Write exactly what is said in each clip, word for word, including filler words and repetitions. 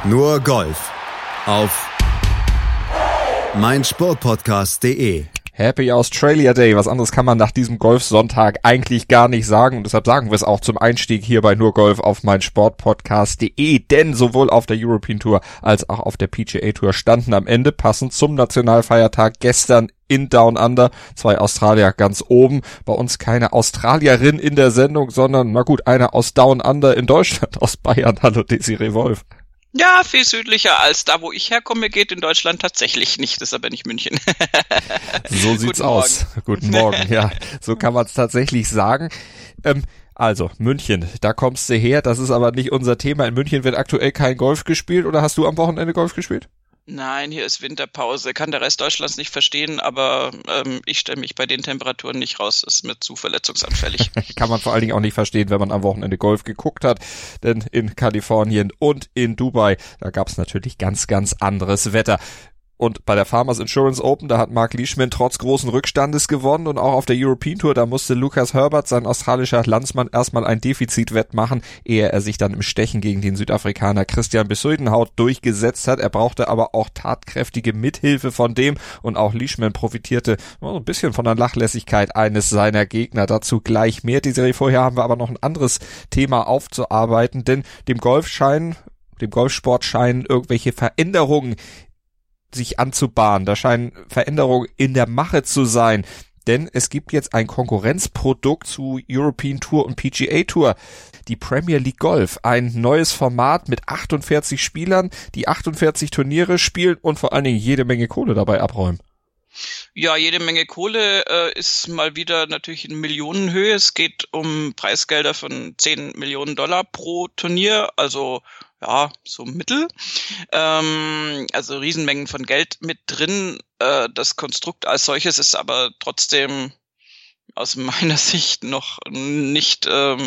Nur Golf auf meinsportpodcast punkt de. Happy Australia Day. Was anderes kann man nach diesem Golfsonntag eigentlich gar nicht sagen. Und deshalb sagen wir es auch zum Einstieg hier bei Nur Golf auf meinsportpodcast punkt de. Denn sowohl auf der European Tour als auch auf der P G A Tour standen am Ende passend zum Nationalfeiertag gestern in Down Under zwei Australier ganz oben. Bei uns keine Australierin in der Sendung, sondern, na gut, eine aus Down Under in Deutschland, aus Bayern. Hallo Desiree Wolf. Ja, viel südlicher als da, wo ich herkomme, geht in Deutschland tatsächlich nicht. Das ist aber nicht München. So sieht's aus. Guten Morgen, ja. So kann man es tatsächlich sagen. Ähm, also, München, da kommst du her. Das ist aber nicht unser Thema. In München wird aktuell kein Golf gespielt. Oder hast du am Wochenende Golf gespielt? Nein, hier ist Winterpause. Kann der Rest Deutschlands nicht verstehen, aber ähm, ich stelle mich bei den Temperaturen nicht raus. Das ist mir zu verletzungsanfällig. Kann man vor allen Dingen auch nicht verstehen, wenn man am Wochenende Golf geguckt hat. Denn in Kalifornien und in Dubai, da gab es natürlich ganz, ganz anderes Wetter. Und bei der Farmers Insurance Open, da hat Mark Leishman trotz großen Rückstandes gewonnen, und auch auf der European Tour, da musste Lucas Herbert, sein australischer Landsmann, erstmal ein Defizit wettmachen, ehe er sich dann im Stechen gegen den Südafrikaner Christian Bezuidenhout durchgesetzt hat. Er brauchte aber auch tatkräftige Mithilfe von dem, und auch Leishman profitierte so ein bisschen von der Nachlässigkeit eines seiner Gegner. Dazu gleich mehr. Die Serie vorher haben wir aber noch ein anderes Thema aufzuarbeiten, denn dem Golf scheinen, dem Golfsport scheinen irgendwelche Veränderungen sich anzubahnen. Da scheinen Veränderungen in der Mache zu sein, denn es gibt jetzt ein Konkurrenzprodukt zu European Tour und P G A Tour, die Premier League Golf, ein neues Format mit achtundvierzig Spielern, die achtundvierzig Turniere spielen und vor allen Dingen jede Menge Kohle dabei abräumen. Ja, jede Menge Kohle äh, ist mal wieder natürlich in Millionenhöhe. Es geht um Preisgelder von zehn Millionen Dollar pro Turnier, also ja, so mittel. Ähm, also Riesenmengen von Geld mit drin. Äh, das Konstrukt als solches ist aber trotzdem aus meiner Sicht noch nicht ähm,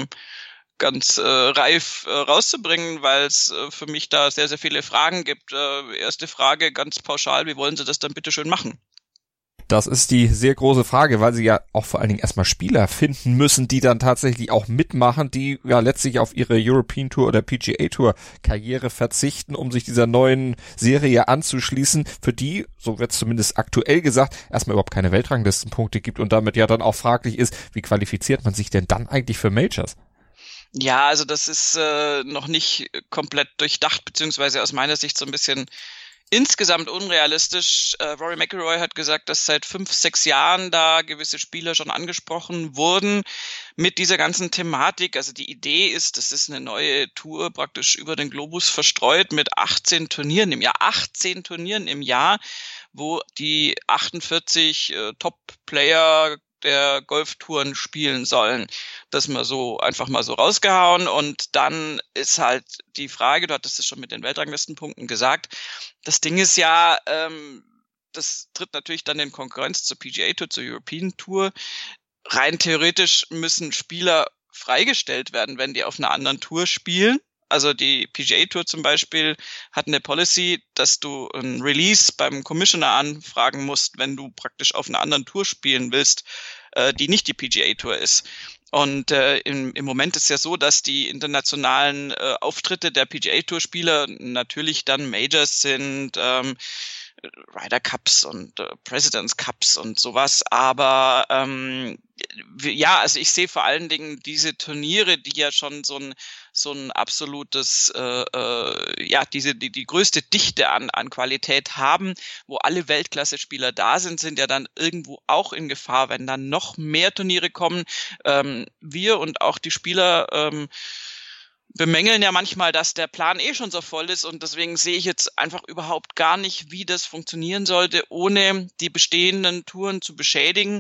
ganz äh, reif äh, rauszubringen, weil es äh, für mich da sehr, sehr viele Fragen gibt. Äh, erste Frage ganz pauschal, wie wollen Sie das dann bitte schön machen? Das ist die sehr große Frage, weil sie ja auch vor allen Dingen erstmal Spieler finden müssen, die dann tatsächlich auch mitmachen, die ja letztlich auf ihre European Tour oder P G A Tour Karriere verzichten, um sich dieser neuen Serie anzuschließen, für die, so wird es zumindest aktuell gesagt, erstmal überhaupt keine Weltranglistenpunkte gibt und damit ja dann auch fraglich ist, wie qualifiziert man sich denn dann eigentlich für Majors? Ja, also das ist äh, noch nicht komplett durchdacht, beziehungsweise aus meiner Sicht so ein bisschen insgesamt unrealistisch. Äh, Rory McIlroy hat gesagt, dass seit fünf, sechs Jahren da gewisse Spieler schon angesprochen wurden mit dieser ganzen Thematik. Also die Idee ist, das ist eine neue Tour praktisch über den Globus verstreut mit achtzehn Turnieren im Jahr. achtzehn Turnieren im Jahr, wo die achtundvierzig äh, Top-Player der Golftouren spielen sollen. Das mal so einfach mal so rausgehauen, und dann ist halt die Frage, du hattest es schon mit den Weltranglistenpunkten gesagt, das Ding ist ja, ähm, das tritt natürlich dann in Konkurrenz zur P G A Tour, zur European Tour. Rein theoretisch müssen Spieler freigestellt werden, wenn die auf einer anderen Tour spielen. Also die P G A Tour zum Beispiel hat eine Policy, dass du ein Release beim Commissioner anfragen musst, wenn du praktisch auf einer anderen Tour spielen willst, äh, die nicht die P G A Tour ist. Und äh, im, im Moment ist ja so, dass die internationalen äh, Auftritte der P G A Tour Spieler natürlich dann Majors sind, ähm, Ryder Cups und äh, Presidents Cups und sowas, aber ähm, ja, also ich sehe vor allen Dingen diese Turniere, die ja schon so ein so ein absolutes, äh, äh, ja, diese die die größte Dichte an an Qualität haben, wo alle Weltklasse-Spieler da sind, sind ja dann irgendwo auch in Gefahr, wenn dann noch mehr Turniere kommen. Ähm, wir und auch die Spieler ähm, bemängeln ja manchmal, dass der Plan eh schon so voll ist, und deswegen sehe ich jetzt einfach überhaupt gar nicht, wie das funktionieren sollte, ohne die bestehenden Touren zu beschädigen.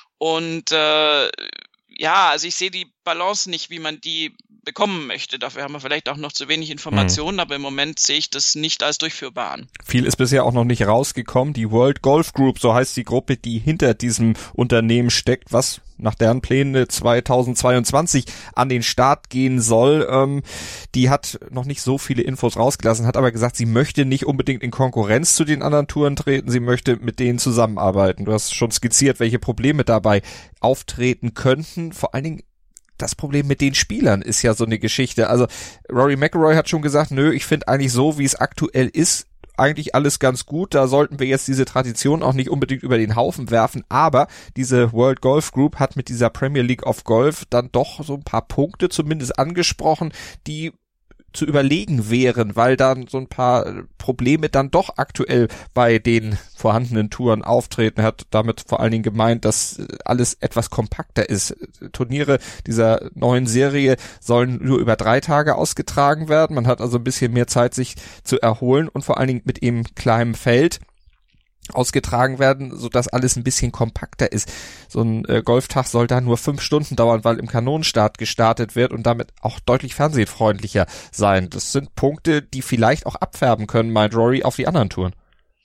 Und äh, ja, also ich sehe die Balance nicht, wie man die bekommen möchte. Dafür haben wir vielleicht auch noch zu wenig Informationen, mhm. aber im Moment sehe ich das nicht als durchführbar an. Viel ist bisher auch noch nicht rausgekommen. Die World Golf Group, so heißt die Gruppe, die hinter diesem Unternehmen steckt, was nach deren Pläne zweitausendzweiundzwanzig an den Start gehen soll, ähm, die hat noch nicht so viele Infos rausgelassen, hat aber gesagt, sie möchte nicht unbedingt in Konkurrenz zu den anderen Touren treten, sie möchte mit denen zusammenarbeiten. Du hast schon skizziert, welche Probleme dabei auftreten könnten. Vor allen Dingen das Problem mit den Spielern ist ja so eine Geschichte. Also Rory McIlroy hat schon gesagt, nö, ich finde eigentlich so, wie es aktuell ist, eigentlich alles ganz gut. Da sollten wir jetzt diese Tradition auch nicht unbedingt über den Haufen werfen. Aber diese World Golf Group hat mit dieser Premier League of Golf dann doch so ein paar Punkte zumindest angesprochen, die zu überlegen wären, weil dann so ein paar Probleme dann doch aktuell bei den vorhandenen Touren auftreten. Er hat damit vor allen Dingen gemeint, dass alles etwas kompakter ist. Turniere dieser neuen Serie sollen nur über drei Tage ausgetragen werden. Man hat also ein bisschen mehr Zeit, sich zu erholen und vor allen Dingen mit eben kleinem Feld ausgetragen werden, so dass alles ein bisschen kompakter ist. So ein äh, Golftag soll da nur fünf Stunden dauern, weil im Kanonenstart gestartet wird und damit auch deutlich fernsehfreundlicher sein. Das sind Punkte, die vielleicht auch abfärben können, meint Rory, auf die anderen Touren.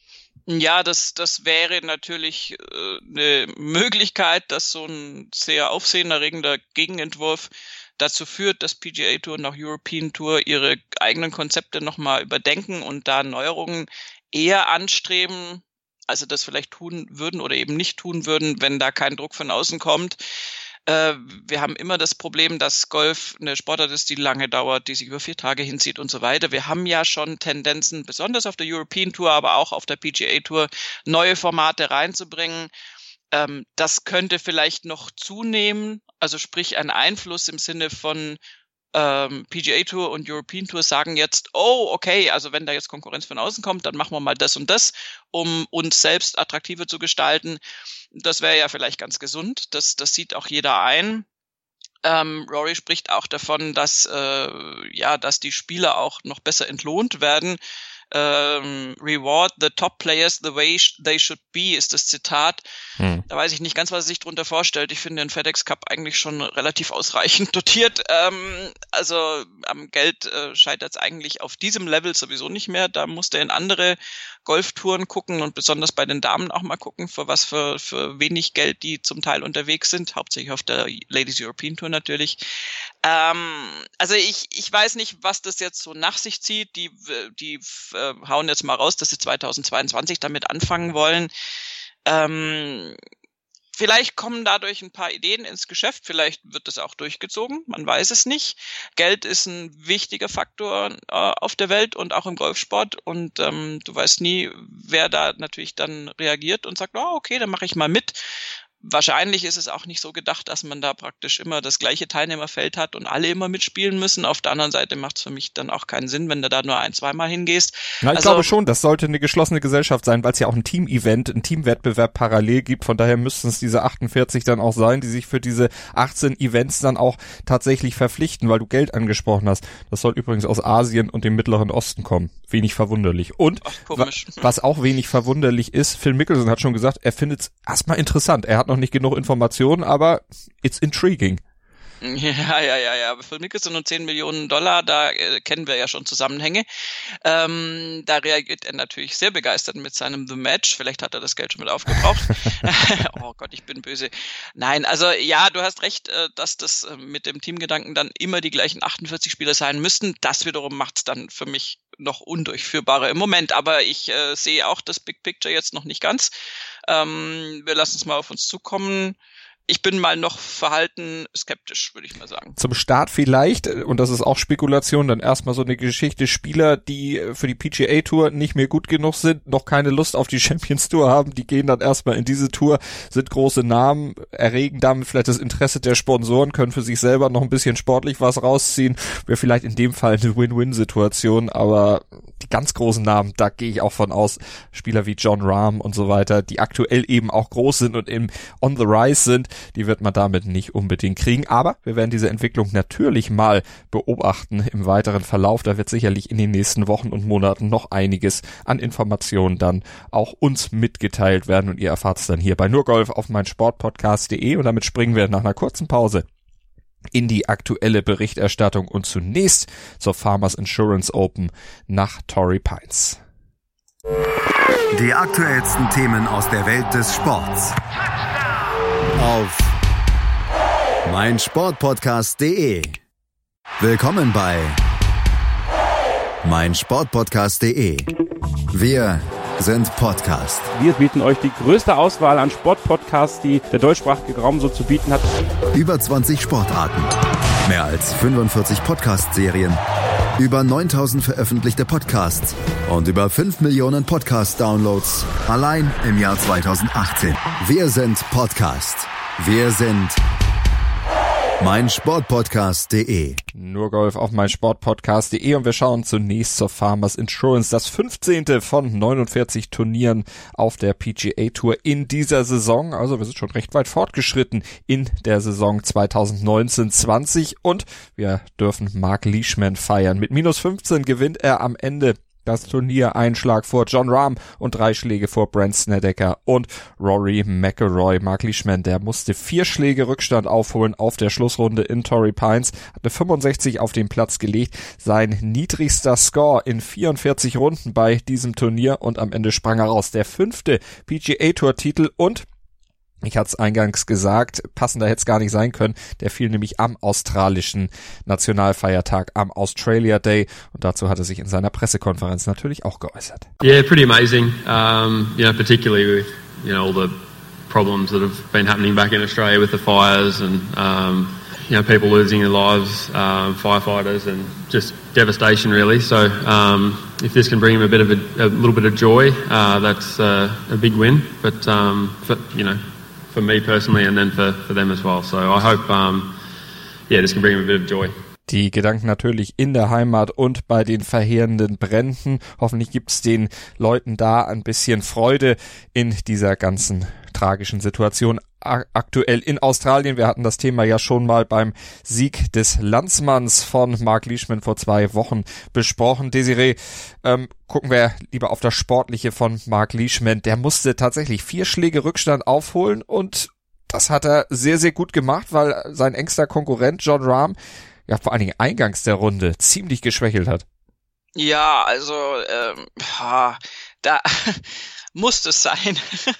Ja, das, das wäre natürlich äh, eine Möglichkeit, dass so ein sehr aufsehenerregender Gegenentwurf dazu führt, dass P G A Tour und auch European Tour ihre eigenen Konzepte nochmal überdenken und da Neuerungen eher anstreben, also das vielleicht tun würden oder eben nicht tun würden, wenn da kein Druck von außen kommt. Äh, wir haben immer das Problem, dass Golf eine Sportart ist, die lange dauert, die sich über vier Tage hinzieht und so weiter. Wir haben ja schon Tendenzen, besonders auf der European Tour, aber auch auf der P G A Tour, neue Formate reinzubringen. Ähm, das könnte vielleicht noch zunehmen, also sprich ein Einfluss im Sinne von Ähm, P G A Tour und European Tour sagen jetzt, oh, okay, also wenn da jetzt Konkurrenz von außen kommt, dann machen wir mal das und das, um uns selbst attraktiver zu gestalten. Das wäre ja vielleicht ganz gesund. Das, das sieht auch jeder ein. Ähm, Rory spricht auch davon, dass, äh, ja, dass die Spieler auch noch besser entlohnt werden. Ähm, reward the top players the way sh- they should be, ist das Zitat. Hm. Da weiß ich nicht ganz, was er sich drunter vorstellt. Ich finde den FedEx Cup eigentlich schon relativ ausreichend dotiert. Ähm, also am Geld äh, scheitert es eigentlich auf diesem Level sowieso nicht mehr. Da musste er in andere Golftouren gucken und besonders bei den Damen auch mal gucken, für was für, für wenig Geld die zum Teil unterwegs sind. Hauptsächlich auf der Ladies European Tour natürlich. Ähm, also ich, ich weiß nicht, was das jetzt so nach sich zieht. Die, die äh, hauen jetzt mal raus, dass sie zweitausendzweiundzwanzig damit anfangen wollen. Ähm, vielleicht kommen dadurch ein paar Ideen ins Geschäft, vielleicht wird das auch durchgezogen, man weiß es nicht. Geld ist ein wichtiger Faktor äh, auf der Welt und auch im Golfsport und ähm, du weißt nie, wer da natürlich dann reagiert und sagt, oh, okay, dann mache ich mal mit. Wahrscheinlich ist es auch nicht so gedacht, dass man da praktisch immer das gleiche Teilnehmerfeld hat und alle immer mitspielen müssen. Auf der anderen Seite macht es für mich dann auch keinen Sinn, wenn du da nur ein-, zweimal hingehst. Na, ich also, glaube schon, das sollte eine geschlossene Gesellschaft sein, weil es ja auch ein Team-Event, ein Teamwettbewerb parallel gibt. Von daher müssten es diese achtundvierzig dann auch sein, die sich für diese achtzehn Events dann auch tatsächlich verpflichten, weil du Geld angesprochen hast. Das soll übrigens aus Asien und dem Mittleren Osten kommen. Wenig verwunderlich. Und Ach, komisch. wa- was auch wenig verwunderlich ist, Phil Mickelson hat schon gesagt, er findet es erstmal interessant. Er hat noch nicht genug Informationen, aber it's intriguing. Ja, ja, ja, ja. Phil Mickelson und zehn Millionen Dollar, da äh, kennen wir ja schon Zusammenhänge. Ähm, da reagiert er natürlich sehr begeistert mit seinem The Match. Vielleicht hat er das Geld schon mit aufgebraucht. Oh Gott, ich bin böse. Nein, also ja, du hast recht, äh, dass das äh, mit dem Teamgedanken dann immer die gleichen achtundvierzig Spieler sein müssten. Das wiederum macht es dann für mich noch undurchführbarer im Moment. Aber ich äh, sehe auch das Big Picture jetzt noch nicht ganz. Ähm, wir lassen es mal auf uns zukommen. Ich bin mal noch verhalten skeptisch, würde ich mal sagen. Zum Start vielleicht, und das ist auch Spekulation, dann erstmal so eine Geschichte, Spieler, die für die P G A Tour nicht mehr gut genug sind, noch keine Lust auf die Champions Tour haben, die gehen dann erstmal in diese Tour, sind große Namen, erregen damit vielleicht das Interesse der Sponsoren, können für sich selber noch ein bisschen sportlich was rausziehen, wäre vielleicht in dem Fall eine Win-Win-Situation, aber die ganz großen Namen, da gehe ich auch von aus, Spieler wie Jon Rahm und so weiter, die aktuell eben auch groß sind und im on the rise sind, die wird man damit nicht unbedingt kriegen. Aber wir werden diese Entwicklung natürlich mal beobachten im weiteren Verlauf. Da wird sicherlich in den nächsten Wochen und Monaten noch einiges an Informationen dann auch uns mitgeteilt werden. Und ihr erfahrt es dann hier bei Nurgolf auf meinsportpodcast punkt de. Und damit springen wir nach einer kurzen Pause in die aktuelle Berichterstattung und zunächst zur Farmers Insurance Open nach Torrey Pines. Die aktuellsten Themen aus der Welt des Sports auf meinsportpodcast punkt de. Willkommen bei meinsportpodcast punkt de. Wir sind Podcast. Wir bieten euch die größte Auswahl an Sportpodcasts, die der deutschsprachige Raum so zu bieten hat. Über zwanzig Sportarten, mehr als fünfundvierzig Podcast-Serien, über neuntausend veröffentlichte Podcasts und über fünf Millionen Podcast-Downloads allein im Jahr zweitausendachtzehn. Wir sind Podcast. Wir sind meinsportpodcast punkt de. Nur Golf auf meinsportpodcast punkt de und wir schauen zunächst zur Farmers Insurance. Das fünfzehnte von neunundvierzig Turnieren auf der P G A Tour in dieser Saison. Also wir sind schon recht weit fortgeschritten in der Saison zweitausendneunzehn zwanzig und wir dürfen Mark Leishman feiern. Mit minus fünfzehn gewinnt er am Ende das Turnier, ein Schlag vor Jon Rahm und drei Schläge vor Brandt Snedeker und Rory McIlroy. Mark Leishman, der musste vier Schläge Rückstand aufholen auf der Schlussrunde in Torrey Pines, hat eine fünfundsechzig auf den Platz gelegt, sein niedrigster Score in vierundvierzig Runden bei diesem Turnier und am Ende sprang er raus. Der fünfte P G A Tour Titel und ich hatte es eingangs gesagt, passender hätte es gar nicht sein können. Der fiel nämlich am australischen Nationalfeiertag, am Australia Day. Und dazu hat er sich in seiner Pressekonferenz natürlich auch geäußert. Yeah, pretty amazing. Um, you know, particularly with, you know, all the problems that have been happening back in Australia with the fires and, um, you know, people losing their lives, um, firefighters and just devastation really. So, um, if this can bring him a bit of a, a little bit of joy, uh, that's uh, a big win. But, um, for, you know, for me personally and then for, for them as well. So I hope, um, yeah, this can bring them a bit of joy. Die Gedanken natürlich in der Heimat und bei den verheerenden Bränden. Hoffentlich gibt's den Leuten da ein bisschen Freude in dieser ganzen tragischen Situation aktuell in Australien. Wir hatten das Thema ja schon mal beim Sieg des Landsmanns von Mark Leishman vor zwei Wochen besprochen. Desiree, ähm, gucken wir lieber auf das Sportliche von Mark Leishman. Der musste tatsächlich vier Schläge Rückstand aufholen und das hat er sehr, sehr gut gemacht, weil sein engster Konkurrent Jon Rahm ja vor allen Dingen eingangs der Runde ziemlich geschwächelt hat. Ja, also ähm, da muss es sein,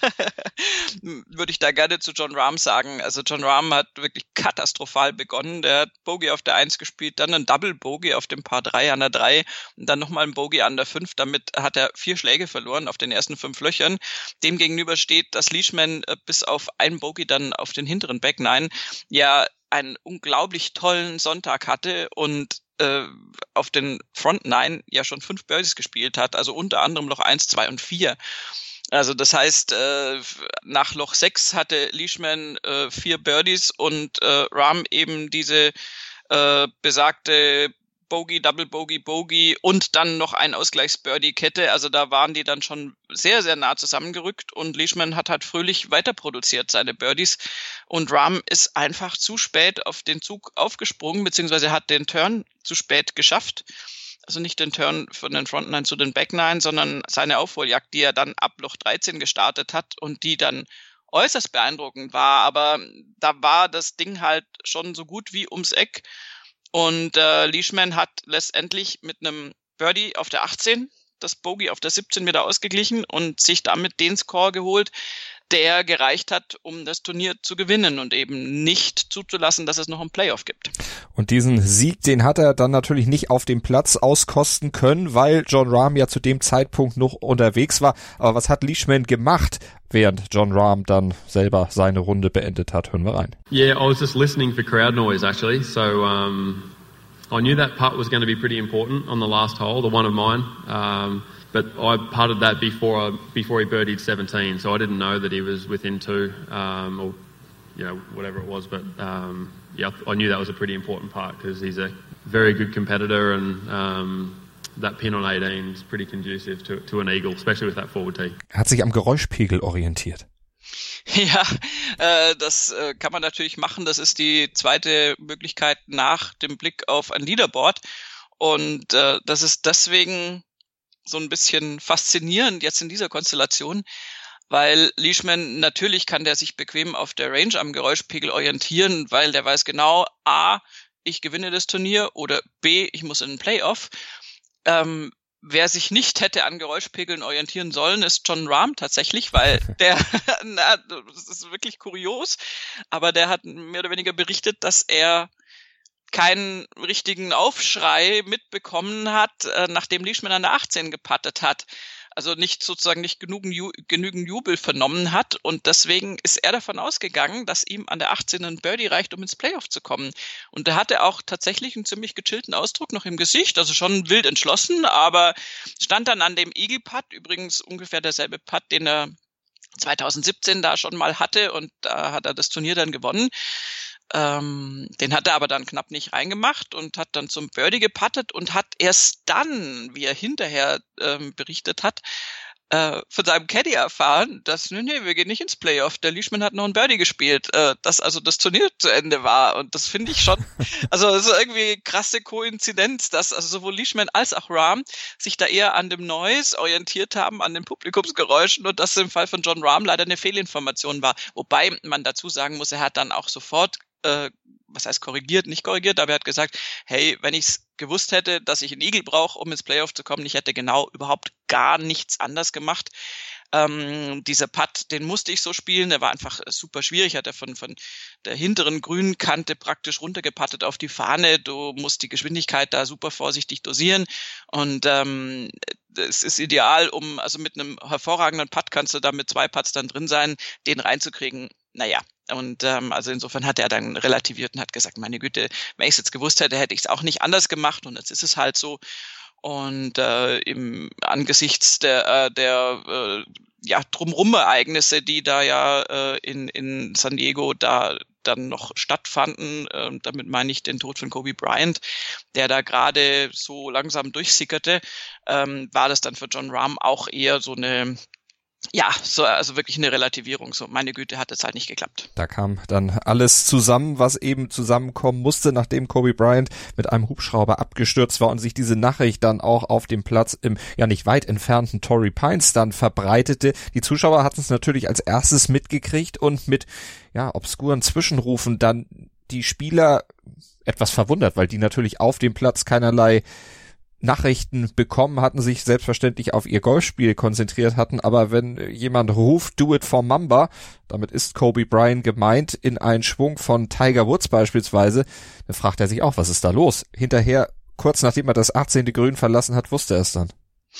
würde ich da gerne zu Jon Rahm sagen. Also Jon Rahm hat wirklich katastrophal begonnen. Der hat Bogey auf der eins gespielt, dann ein Double Bogey auf dem Par drei an der drei und dann nochmal ein Bogey an der fünf. Damit hat er vier Schläge verloren auf den ersten fünf Löchern. Demgegenüber steht, dass Leishman äh, bis auf ein Bogey dann auf den hinteren Back Nine ja einen unglaublich tollen Sonntag hatte und äh, auf den Front Nine ja schon fünf Birdies gespielt hat, also unter anderem Loch eins, zwei und vier. Also das heißt, äh, nach Loch sechs hatte Leishman äh, vier Birdies und äh, Rahm eben diese äh, besagte Bogey, Double Bogey, Bogey und dann noch ein Ausgleichs-Birdie-Kette. Also da waren die dann schon sehr, sehr nah zusammengerückt und Leishman hat halt fröhlich weiter produziert seine Birdies und Rahm ist einfach zu spät auf den Zug aufgesprungen, beziehungsweise hat den Turn zu spät geschafft. Also nicht den Turn von den Front Nine zu den Back Nine, sondern seine Aufholjagd, die er dann ab Loch dreizehn gestartet hat und die dann äußerst beeindruckend war. Aber da war das Ding halt schon so gut wie ums Eck. Und äh, Leishman hat letztendlich mit einem Birdie auf der achtzehn das Bogey auf der siebzehn wieder ausgeglichen und sich damit den Score geholt, der gereicht hat, um das Turnier zu gewinnen und eben nicht zuzulassen, dass es noch einen Playoff gibt. Und diesen Sieg, den hat er dann natürlich nicht auf dem Platz auskosten können, weil Jon Rahm ja zu dem Zeitpunkt noch unterwegs war. Aber was hat Leishman gemacht, während Jon Rahm dann selber seine Runde beendet hat? Hören wir rein. Yeah, I was just listening for crowd noise actually. So um, I knew that putt was going to be pretty important on the last hole, the one of mine. Um, But I putted that before I, before he birdied seventeen, so I didn't know that he was within two, um, or you know whatever it was. But um, yeah, I knew that was a pretty important part because he's a very good competitor, and um, that pin on eighteen is pretty conducive to, to an eagle, especially with that forward tee. Er hat sich am Geräuschpegel orientiert. Ja, äh, das äh, kann man natürlich machen. Das ist die zweite Möglichkeit nach dem Blick auf ein Leaderboard, und äh, das ist deswegen so ein bisschen faszinierend jetzt in dieser Konstellation, weil Leishman, natürlich kann der sich bequem auf der Range am Geräuschpegel orientieren, weil der weiß genau, A, ich gewinne das Turnier oder B, ich muss in den Playoff. Ähm, wer sich nicht hätte an Geräuschpegeln orientieren sollen, ist Jon Rahm tatsächlich, weil der, na, das ist wirklich kurios, aber der hat mehr oder weniger berichtet, dass er keinen richtigen Aufschrei mitbekommen hat, äh, nachdem Leishman an der achtzehn geputtet hat. Also nicht sozusagen nicht genügend, Ju- genügend Jubel vernommen hat und deswegen ist er davon ausgegangen, dass ihm an der achtzehn ein Birdie reicht, um ins Playoff zu kommen. Und da hatte auch tatsächlich einen ziemlich gechillten Ausdruck noch im Gesicht, also schon wild entschlossen, aber stand dann an dem Eagle-Putt, übrigens ungefähr derselbe Putt, den er zwanzig siebzehn da schon mal hatte und da hat er das Turnier dann gewonnen. Ähm, den hat er aber dann knapp nicht reingemacht und hat dann zum Birdie geputtet und hat erst dann, wie er hinterher ähm, berichtet hat, äh, von seinem Caddy erfahren, dass, nee, nee, wir gehen nicht ins Playoff. Der Leishman hat noch ein Birdie gespielt, äh, dass also das Turnier zu Ende war. Und das finde ich schon, also das ist irgendwie krasse Koinzidenz, dass also sowohl Leishman als auch Rahm sich da eher an dem Noise orientiert haben, an den Publikumsgeräuschen und das im Fall von Jon Rahm leider eine Fehlinformation war. Wobei man dazu sagen muss, er hat dann auch sofort Äh, was heißt korrigiert, nicht korrigiert, aber er hat gesagt, hey, wenn ich es gewusst hätte, dass ich einen Eagle brauche, um ins Playoff zu kommen, ich hätte genau überhaupt gar nichts anders gemacht. Ähm, dieser Putt, den musste ich so spielen, der war einfach super schwierig, hat er von, von der hinteren grünen Kante praktisch runtergeputtet auf die Fahne, du musst die Geschwindigkeit da super vorsichtig dosieren und ähm, es ist ideal, um, also mit einem hervorragenden Putt kannst du da mit zwei Putts dann drin sein, den reinzukriegen, naja. Und ähm, also insofern hat er dann relativiert und hat gesagt, meine Güte, wenn ich es jetzt gewusst hätte, hätte ich es auch nicht anders gemacht und jetzt ist es halt so. Und äh, im angesichts der äh, der äh, ja drumrum Ereignisse, die da ja äh, in in San Diego da dann noch stattfanden, äh, damit meine ich den Tod von Kobe Bryant, der da gerade so langsam durchsickerte, ähm, war das dann für Jon Rahm auch eher so eine Ja, so, also wirklich eine Relativierung. So, meine Güte, hat es halt nicht geklappt. Da kam dann alles zusammen, was eben zusammenkommen musste, nachdem Kobe Bryant mit einem Hubschrauber abgestürzt war und sich diese Nachricht dann auch auf dem Platz im ja nicht weit entfernten Torrey Pines dann verbreitete. Die Zuschauer hatten es natürlich als erstes mitgekriegt und mit ja obskuren Zwischenrufen dann die Spieler etwas verwundert, weil die natürlich auf dem Platz keinerlei Nachrichten bekommen hatten, sich selbstverständlich auf ihr Golfspiel konzentriert hatten, aber wenn jemand ruft, do it for Mamba, damit ist Kobe Bryant gemeint, in einen Schwung von Tiger Woods beispielsweise, dann fragt er sich auch, was ist da los? Hinterher, kurz nachdem er das achtzehnte Grün verlassen hat, wusste er es dann.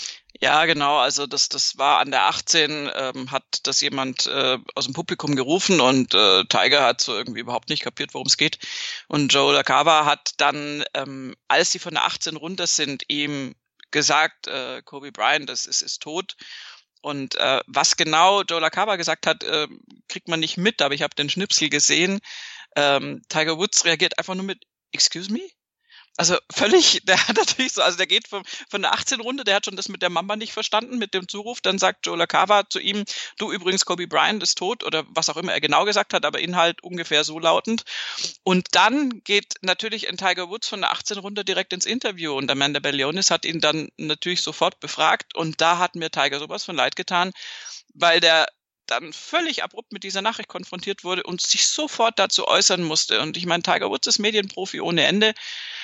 Ja, genau, also das das war an der achtzehn, ähm, hat das jemand äh, aus dem Publikum gerufen und äh, Tiger hat so irgendwie überhaupt nicht kapiert, worum es geht. Und Joe LaCava hat dann, ähm, als sie von der achtzehn runter sind, ihm gesagt, äh, Kobe Bryant, das ist, ist tot. Und äh, was genau Joe LaCava gesagt hat, äh, kriegt man nicht mit, aber ich habe den Schnipsel gesehen. Ähm, Tiger Woods reagiert einfach nur mit, excuse me? Also völlig, der hat natürlich so, also der geht von, von der achtzehn Runde, der hat schon das mit der Mamba nicht verstanden, mit dem Zuruf, dann sagt Joe LaCava zu ihm, du übrigens, Kobe Bryant ist tot oder was auch immer er genau gesagt hat, aber Inhalt ungefähr so lautend. Und dann geht natürlich ein Tiger Woods von der achtzehn Runde direkt ins Interview und Amanda Balionis hat ihn dann natürlich sofort befragt und da hat mir Tiger sowas von leid getan, weil der dann völlig abrupt mit dieser Nachricht konfrontiert wurde und sich sofort dazu äußern musste. Und ich meine, Tiger Woods ist Medienprofi ohne Ende.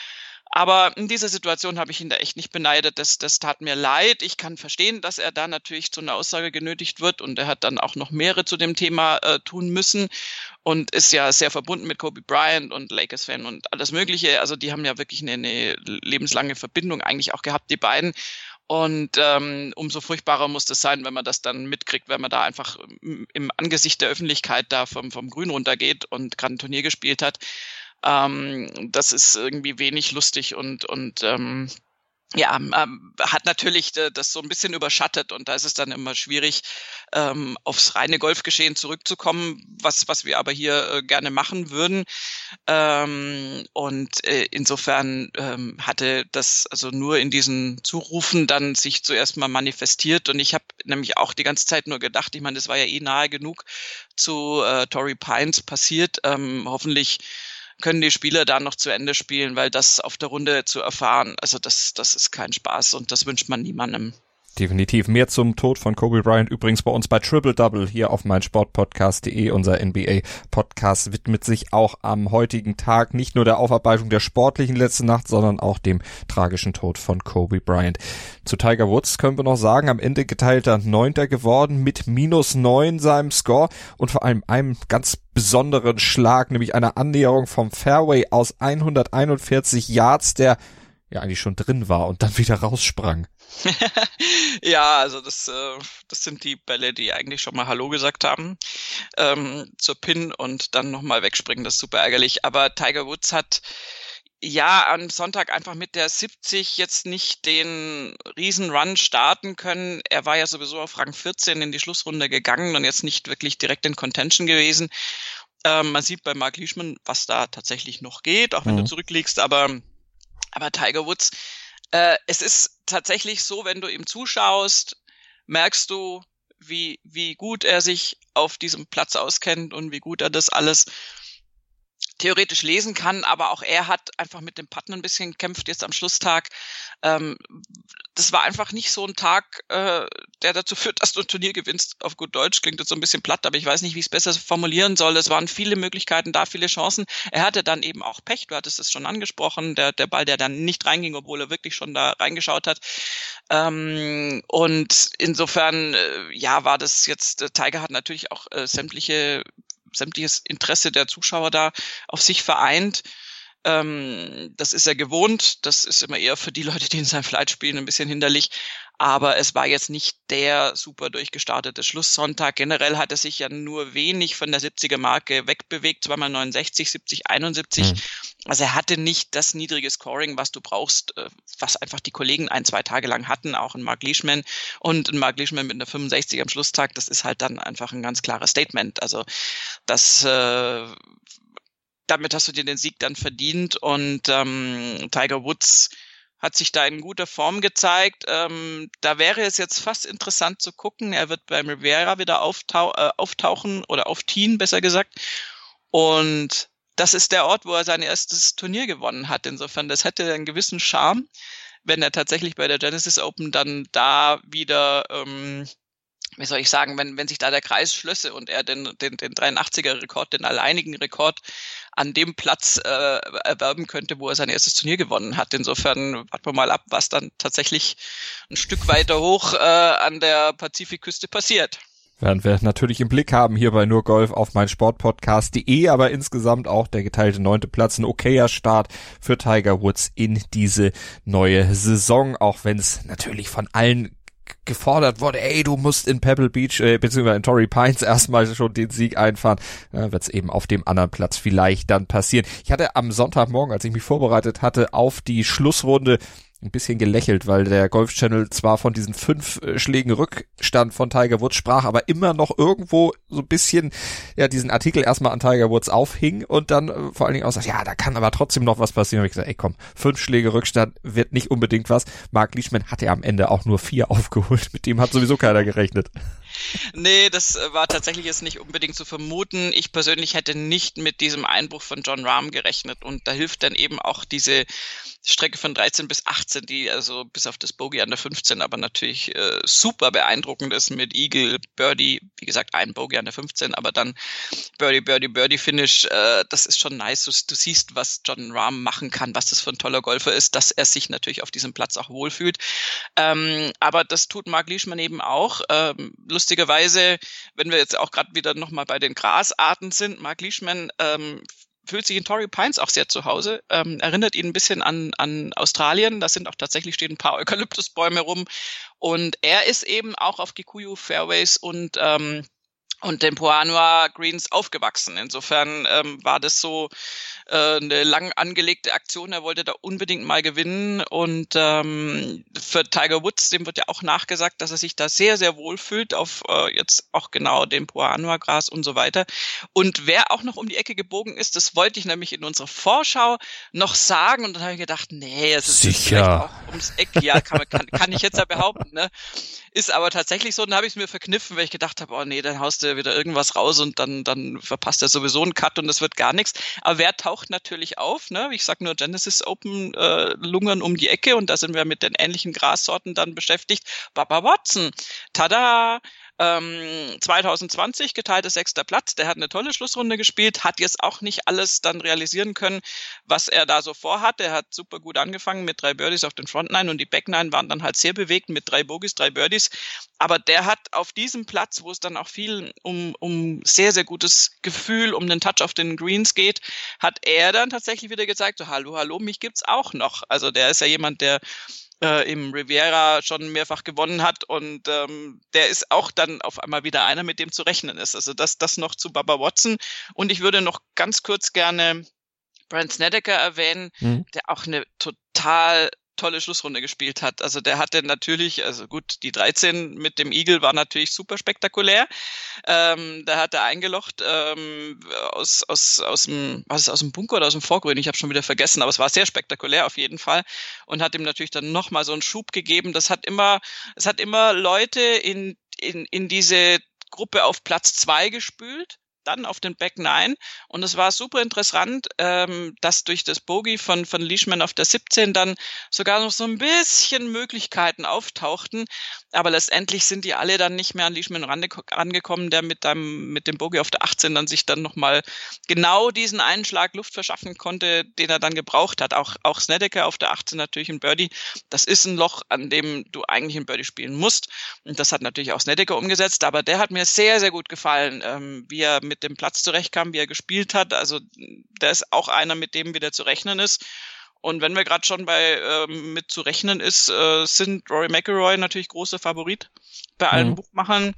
Aber in dieser Situation habe ich ihn da echt nicht beneidet. Das, das tat mir leid. Ich kann verstehen, dass er da natürlich zu einer Aussage genötigt wird und er hat dann auch noch mehrere zu dem Thema äh, tun müssen und ist ja sehr verbunden mit Kobe Bryant und Lakers-Fan und alles Mögliche. Also die haben ja wirklich eine, eine lebenslange Verbindung eigentlich auch gehabt, die beiden. Und ähm, umso furchtbarer muss das sein, wenn man das dann mitkriegt, wenn man da einfach im, im Angesicht der Öffentlichkeit da vom, vom Grün runtergeht und gerade ein Turnier gespielt hat. Ähm, das ist irgendwie wenig lustig und und ähm, ja, ähm, hat natürlich äh, das so ein bisschen überschattet und da ist es dann immer schwierig, ähm, aufs reine Golfgeschehen zurückzukommen, was was wir aber hier äh, gerne machen würden. Ähm, und äh, insofern ähm, hatte das also nur in diesen Zurufen dann sich zuerst mal manifestiert und ich habe nämlich auch die ganze Zeit nur gedacht, ich meine, das war ja eh nahe genug zu äh, Torrey Pines passiert, ähm, hoffentlich können die Spieler da noch zu Ende spielen, weil das auf der Runde zu erfahren, also das das ist kein Spaß und das wünscht man niemandem. Definitiv. Mehr zum Tod von Kobe Bryant übrigens bei uns bei Triple Double hier auf meinsportpodcast punkt de. Unser N B A-Podcast widmet sich auch am heutigen Tag nicht nur der Aufarbeitung der sportlichen letzten Nacht, sondern auch dem tragischen Tod von Kobe Bryant. Zu Tiger Woods können wir noch sagen, am Ende geteilter Neunter geworden mit minus neun seinem Score und vor allem einem ganz besonderen Schlag, nämlich einer Annäherung vom Fairway aus hunderteinundvierzig Yards, der ja eigentlich schon drin war und dann wieder raussprang. Ja, also das, äh, das sind die Bälle, die eigentlich schon mal Hallo gesagt haben ähm, zur Pin und dann nochmal wegspringen, das ist super ärgerlich. Aber Tiger Woods hat ja am Sonntag einfach mit der siebzig jetzt nicht den Riesen-Run starten können. Er war ja sowieso auf Rang vierzehn in die Schlussrunde gegangen und jetzt nicht wirklich direkt in Contention gewesen. Ähm, man sieht bei Mark Leishman, was da tatsächlich noch geht, auch wenn mhm. du zurückliegst, aber, aber Tiger Woods, äh, es ist tatsächlich so, wenn du ihm zuschaust, merkst du, wie, wie gut er sich auf diesem Platz auskennt und wie gut er das alles theoretisch lesen kann, aber auch er hat einfach mit dem Putten ein bisschen gekämpft jetzt am Schlusstag. Ähm, das war einfach nicht so ein Tag, äh, der dazu führt, dass du ein Turnier gewinnst. Auf gut Deutsch klingt jetzt so ein bisschen platt, aber ich weiß nicht, wie ich es besser formulieren soll. Es waren viele Möglichkeiten da, viele Chancen. Er hatte dann eben auch Pech, du hattest es schon angesprochen, der, der Ball, der dann nicht reinging, obwohl er wirklich schon da reingeschaut hat. Ähm, und insofern, äh, ja, war das jetzt, äh, Tiger hat natürlich auch äh, sämtliche sämtliches Interesse der Zuschauer da auf sich vereint. Ähm, das ist er gewohnt. Das ist immer eher für die Leute, die in seinem Flight spielen, ein bisschen hinderlich. Aber es war jetzt nicht der super durchgestartete Schlusssonntag. Generell hat er sich ja nur wenig von der siebziger-Marke wegbewegt. Zweimal neunundsechzig, siebzig, einundsiebzig. Mhm. Also er hatte nicht das niedrige Scoring, was du brauchst, was einfach die Kollegen ein, zwei Tage lang hatten. Auch ein Mark Leishman und ein Mark Leishman mit einer fünfundsechzig am Schlusstag. Das ist halt dann einfach ein ganz klares Statement. Also das... Äh, damit hast du dir den Sieg dann verdient und ähm, Tiger Woods hat sich da in guter Form gezeigt. Ähm, da wäre es jetzt fast interessant zu gucken. Er wird beim Riviera wieder auftau- äh, auftauchen oder auftiehen, besser gesagt. Und das ist der Ort, wo er sein erstes Turnier gewonnen hat. Insofern, das hätte einen gewissen Charme, wenn er tatsächlich bei der Genesis Open dann da wieder... Ähm, wie soll ich sagen, wenn wenn sich da der Kreis schlösse und er den den den dreiundachtziger-Rekord, den alleinigen Rekord an dem Platz äh, erwerben könnte, wo er sein erstes Turnier gewonnen hat. Insofern warten wir mal ab, was dann tatsächlich ein Stück weiter hoch äh, an der Pazifikküste passiert. Werden wir natürlich im Blick haben hier bei Nur Golf auf meinsportpodcast punkt de, aber insgesamt auch der geteilte neunte Platz, ein okayer Start für Tiger Woods in diese neue Saison, auch wenn es natürlich von allen gefordert wurde, ey, du musst in Pebble Beach, äh, beziehungsweise in Torrey Pines erstmal schon den Sieg einfahren, äh, wird es eben auf dem anderen Platz vielleicht dann passieren. Ich hatte am Sonntagmorgen, als ich mich vorbereitet hatte, auf die Schlussrunde ein bisschen gelächelt, weil der Golf Channel zwar von diesen fünf äh, Schlägen Rückstand von Tiger Woods sprach, aber immer noch irgendwo so ein bisschen ja diesen Artikel erstmal an Tiger Woods aufhing und dann äh, vor allen Dingen auch sagt, ja, da kann aber trotzdem noch was passieren. Da habe ich gesagt, ey komm, fünf Schläge Rückstand wird nicht unbedingt was. Mark Leishman hatte ja am Ende auch nur vier aufgeholt, mit dem hat sowieso keiner gerechnet. Nee, das war tatsächlich jetzt nicht unbedingt zu vermuten. Ich persönlich hätte nicht mit diesem Einbruch von Jon Rahm gerechnet und da hilft dann eben auch diese Strecke von dreizehn bis achtzehn, die also bis auf das Bogey an der fünfzehn aber natürlich äh, super beeindruckend ist mit Eagle, Birdie, wie gesagt ein Bogey an der fünfzehn, aber dann Birdie, Birdie, Birdie Finish, äh, das ist schon nice. Du, du siehst, was Jon Rahm machen kann, was das für ein toller Golfer ist, dass er sich natürlich auf diesem Platz auch wohlfühlt. Ähm, aber das tut Mark Leishman eben auch. Ähm, lustigerweise, wenn wir jetzt auch gerade wieder nochmal bei den Grasarten sind, Mark Leishman ähm, fühlt sich in Torrey Pines auch sehr zu Hause, ähm, erinnert ihn ein bisschen an an Australien, da sind auch tatsächlich stehen ein paar Eukalyptusbäume rum und er ist eben auch auf Kikuyu Fairways und ähm, und den Poa-annua Greens aufgewachsen. Insofern ähm, war das so äh, eine lang angelegte Aktion. Er wollte da unbedingt mal gewinnen und ähm, für Tiger Woods, dem wird ja auch nachgesagt, dass er sich da sehr, sehr wohl fühlt auf äh, jetzt auch genau dem Poa-annua Gras und so weiter. Und wer auch noch um die Ecke gebogen ist, das wollte ich nämlich in unserer Vorschau noch sagen und dann habe ich gedacht, nee, es ist Sicher. vielleicht auch ums Eck. Ja, kann, kann, kann ich jetzt ja behaupten, ne? Ist aber tatsächlich so, dann habe ich es mir verkniffen, weil ich gedacht habe, oh nee, dann haust du wieder irgendwas raus und dann dann verpasst er sowieso einen Cut und das wird gar nichts. Aber wer taucht natürlich auf, ne? Ich sag nur Genesis Open äh, lungern um die Ecke und da sind wir mit den ähnlichen Grassorten dann beschäftigt. Bubba Watson. Tada! Ähm, zwanzig zwanzig geteiltes sechster Platz, der hat eine tolle Schlussrunde gespielt, hat jetzt auch nicht alles dann realisieren können, was er da so vorhat. Er hat super gut angefangen mit drei Birdies auf den Front Nine und die Back Nine waren dann halt sehr bewegt mit drei Bogies, drei Birdies. Aber der hat auf diesem Platz, wo es dann auch viel um, um sehr, sehr gutes Gefühl, um den Touch auf den Greens geht, hat er dann tatsächlich wieder gezeigt, so hallo, hallo, mich gibt's auch noch. Also der ist ja jemand, der Äh, im Riviera schon mehrfach gewonnen hat und ähm, der ist auch dann auf einmal wieder einer, mit dem zu rechnen ist. Also das, das noch zu Bubba Watson. Und ich würde noch ganz kurz gerne Brandt Snedeker erwähnen, mhm. der auch eine total tolle Schlussrunde gespielt hat. Also der hatte natürlich, also gut, die dreizehn mit dem Eagle war natürlich super spektakulär. Ähm, da hat er eingelocht ähm, aus aus aus dem was ist aus dem Bunker oder aus dem Vorgrün, ich habe schon wieder vergessen, aber es war sehr spektakulär auf jeden Fall und hat ihm natürlich dann nochmal so einen Schub gegeben. Das hat immer, es hat immer Leute in in in diese Gruppe auf Platz zwei gespült. Dann auf den Back Nine und es war super interessant, ähm, dass durch das Bogey von von Leishman auf der siebzehn dann sogar noch so ein bisschen Möglichkeiten auftauchten, aber letztendlich sind die alle dann nicht mehr an Leishman rangekommen, der mit dem mit dem Bogey auf der achtzehn dann sich dann nochmal genau diesen einen Schlag Luft verschaffen konnte, den er dann gebraucht hat. Auch auch Snedeker auf der achtzehn natürlich ein Birdie. Das ist ein Loch, an dem du eigentlich ein Birdie spielen musst und das hat natürlich auch Snedeker umgesetzt, aber der hat mir sehr, sehr gut gefallen, ähm, wie er mit dem Platz zurechtkam, wie er gespielt hat. Also der ist auch einer, mit dem wieder zu rechnen ist. Und wenn wir gerade schon bei ähm, mit zu rechnen ist, äh, sind Rory McIlroy natürlich großer Favorit bei allen mhm. Buchmachern.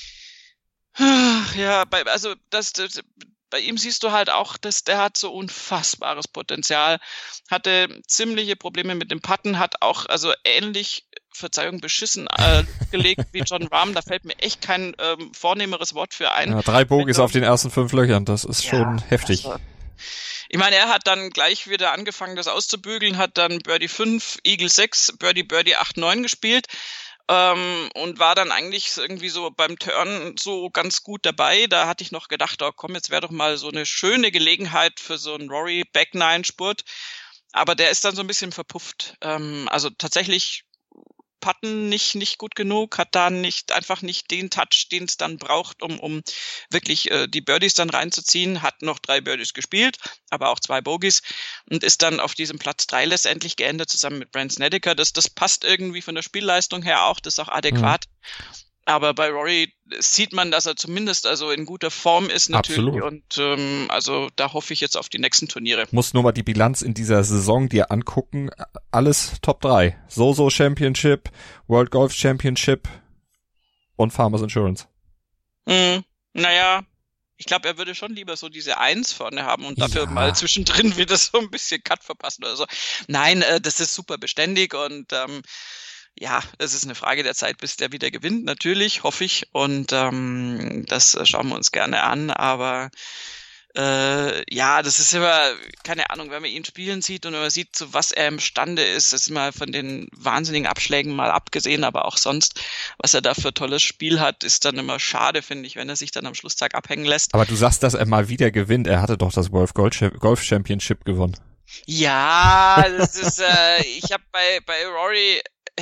Ja, bei, also das, das bei ihm siehst du halt auch, dass der hat so unfassbares Potenzial, hatte ziemliche Probleme mit dem Putten, hat auch also ähnlich Verzeihung, beschissen äh, gelegt wie Jon Rahm. Da fällt mir echt kein ähm, vornehmeres Wort für ein. Ja, drei Bogies auf den ersten fünf Löchern, das ist ja, schon heftig. Also, ich meine, er hat dann gleich wieder angefangen, das auszubügeln, hat dann Birdie fünf, Eagle sechs, Birdie, Birdie acht, neun gespielt ähm, und war dann eigentlich irgendwie so beim Turn so ganz gut dabei. Da hatte ich noch gedacht, oh komm, jetzt wäre doch mal so eine schöne Gelegenheit für so einen Rory Back Nine Spurt. Aber der ist dann so ein bisschen verpufft. Ähm, also tatsächlich Putten nicht nicht gut genug, hat da nicht einfach nicht den Touch, den es dann braucht, um um wirklich äh, die Birdies dann reinzuziehen. Hat noch drei Birdies gespielt, aber auch zwei Bogies und ist dann auf diesem Platz drei letztendlich geendet, zusammen mit Brandt Snedeker. Das das passt irgendwie von der Spielleistung her auch, das ist auch adäquat. Mhm. Aber bei Rory sieht man, dass er zumindest also in guter Form ist natürlich. Absolut. Und ähm, also da hoffe ich jetzt auf die nächsten Turniere. Muss nur mal die Bilanz in dieser Saison dir angucken. Alles Top drei. Zozo Championship, World Golf Championship und Farmers Insurance. Mhm. Naja, ich glaube, er würde schon lieber so diese Eins vorne haben und dafür ja. mal zwischendrin wieder so ein bisschen Cut verpassen oder so. Nein, äh, das ist super beständig und ähm, ja, es ist eine Frage der Zeit, bis der wieder gewinnt, natürlich, hoffe ich. Und ähm, das schauen wir uns gerne an. Aber äh, ja, das ist immer, keine Ahnung, wenn man ihn spielen sieht und wenn man sieht, zu was er imstande ist, ist mal von den wahnsinnigen Abschlägen mal abgesehen, aber auch sonst, was er da für tolles Spiel hat, ist dann immer schade, finde ich, wenn er sich dann am Schlusstag abhängen lässt. Aber du sagst, dass er mal wieder gewinnt. Er hatte doch das World Golf Championship gewonnen. Ja, das ist, äh, ich habe bei bei Rory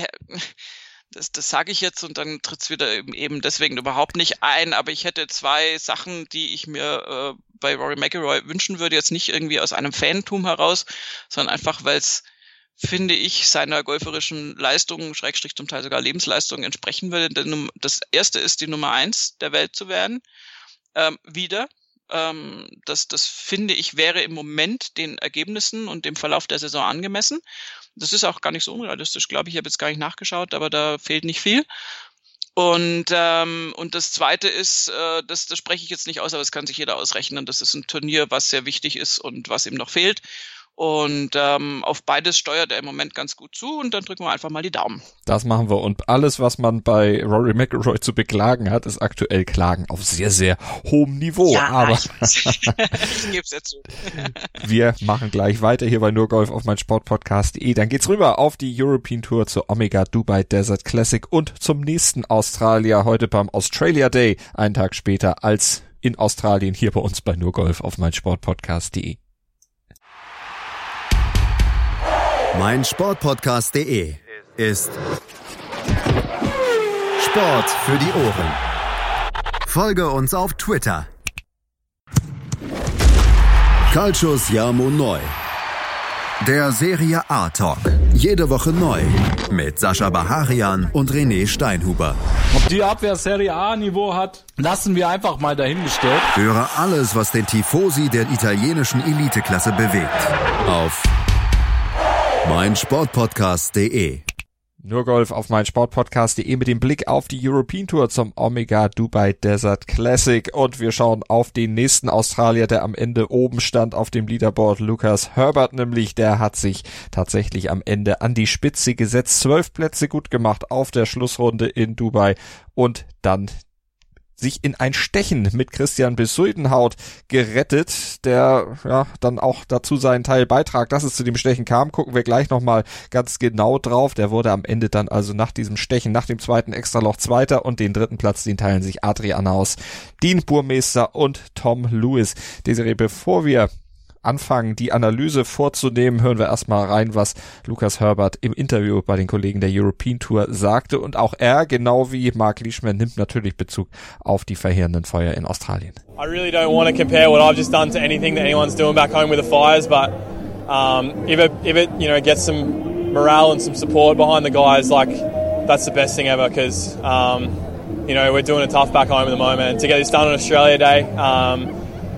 Das, das sage ich jetzt und dann tritt's wieder eben, eben deswegen überhaupt nicht ein, aber ich hätte zwei Sachen, die ich mir äh, bei Rory McIlroy wünschen würde, jetzt nicht irgendwie aus einem Fantum heraus, sondern einfach, weil es, finde ich, seiner golferischen Leistung, Schrägstrich zum Teil sogar Lebensleistung entsprechen würde. Denn das erste ist, die Nummer eins der Welt zu werden, ähm, wieder. Ähm, das, das finde ich, wäre im Moment den Ergebnissen und dem Verlauf der Saison angemessen. Das ist auch gar nicht so unrealistisch, glaube ich. Ich habe jetzt gar nicht nachgeschaut, aber da fehlt nicht viel. Und ähm, und das Zweite ist, äh, das, das spreche ich jetzt nicht aus, aber das kann sich jeder ausrechnen. Das ist ein Turnier, was sehr wichtig ist und was ihm noch fehlt. Und ähm, auf beides steuert er im Moment ganz gut zu und dann drücken wir einfach mal die Daumen. Das machen wir und alles, was man bei Rory McIlroy zu beklagen hat, ist aktuell Klagen auf sehr, sehr hohem Niveau. Ja, aber ich, ich gebe es ja zu. Wir machen gleich weiter hier bei nur Golf auf mein Sportpodcast punkt de. Dann geht's rüber auf die European Tour zur Omega Dubai Desert Classic und zum nächsten Australier heute beim Australia Day, einen Tag später als in Australien hier bei uns bei nur Golf auf mein Sportpodcast punkt de. mein Sportpodcast punkt de ist Sport für die Ohren. Folge uns auf Twitter. Calcius Jamo Neu. Der Serie A Talk. Jede Woche neu. Mit Sascha Baharian und René Steinhuber. Ob die Abwehr Serie A-Niveau hat, lassen wir einfach mal dahingestellt. Höre alles, was den Tifosi der italienischen Eliteklasse bewegt. Auf meinsportpodcast punkt de. Nur Golf auf meinsportpodcast punkt de mit dem Blick auf die European Tour zum Omega Dubai Desert Classic. Und wir schauen auf den nächsten Australier, der am Ende oben stand auf dem Leaderboard. Lucas Herbert nämlich, der hat sich tatsächlich am Ende an die Spitze gesetzt. Zwölf Plätze gut gemacht auf der Schlussrunde in Dubai und dann sich in ein Stechen mit Christian Bezuidenhout gerettet, der ja dann auch dazu seinen Teil beitrag, dass es zu dem Stechen kam. Gucken wir gleich nochmal ganz genau drauf. Der wurde am Ende dann also nach diesem Stechen, nach dem zweiten Extraloch Zweiter, und den dritten Platz, den teilen sich Adrian Aus, Dean Burmester und Tom Lewis. Desiree, bevor wir anfangen, die Analyse vorzunehmen, hören wir erstmal rein, was Lucas Herbert im Interview bei den Kollegen der European Tour sagte. Und auch er, genau wie Mark Leishman, nimmt natürlich Bezug auf die verheerenden Feuer in Australien. I really don't want to compare what I've just done to anything that anyone's doing back home with the fires, but um, if it, if it, you know, gets some morale and some support behind the guys, like, that's the best thing ever, because, um, you know, we're doing it tough back home at the moment. And to get this done on Australia Day, um,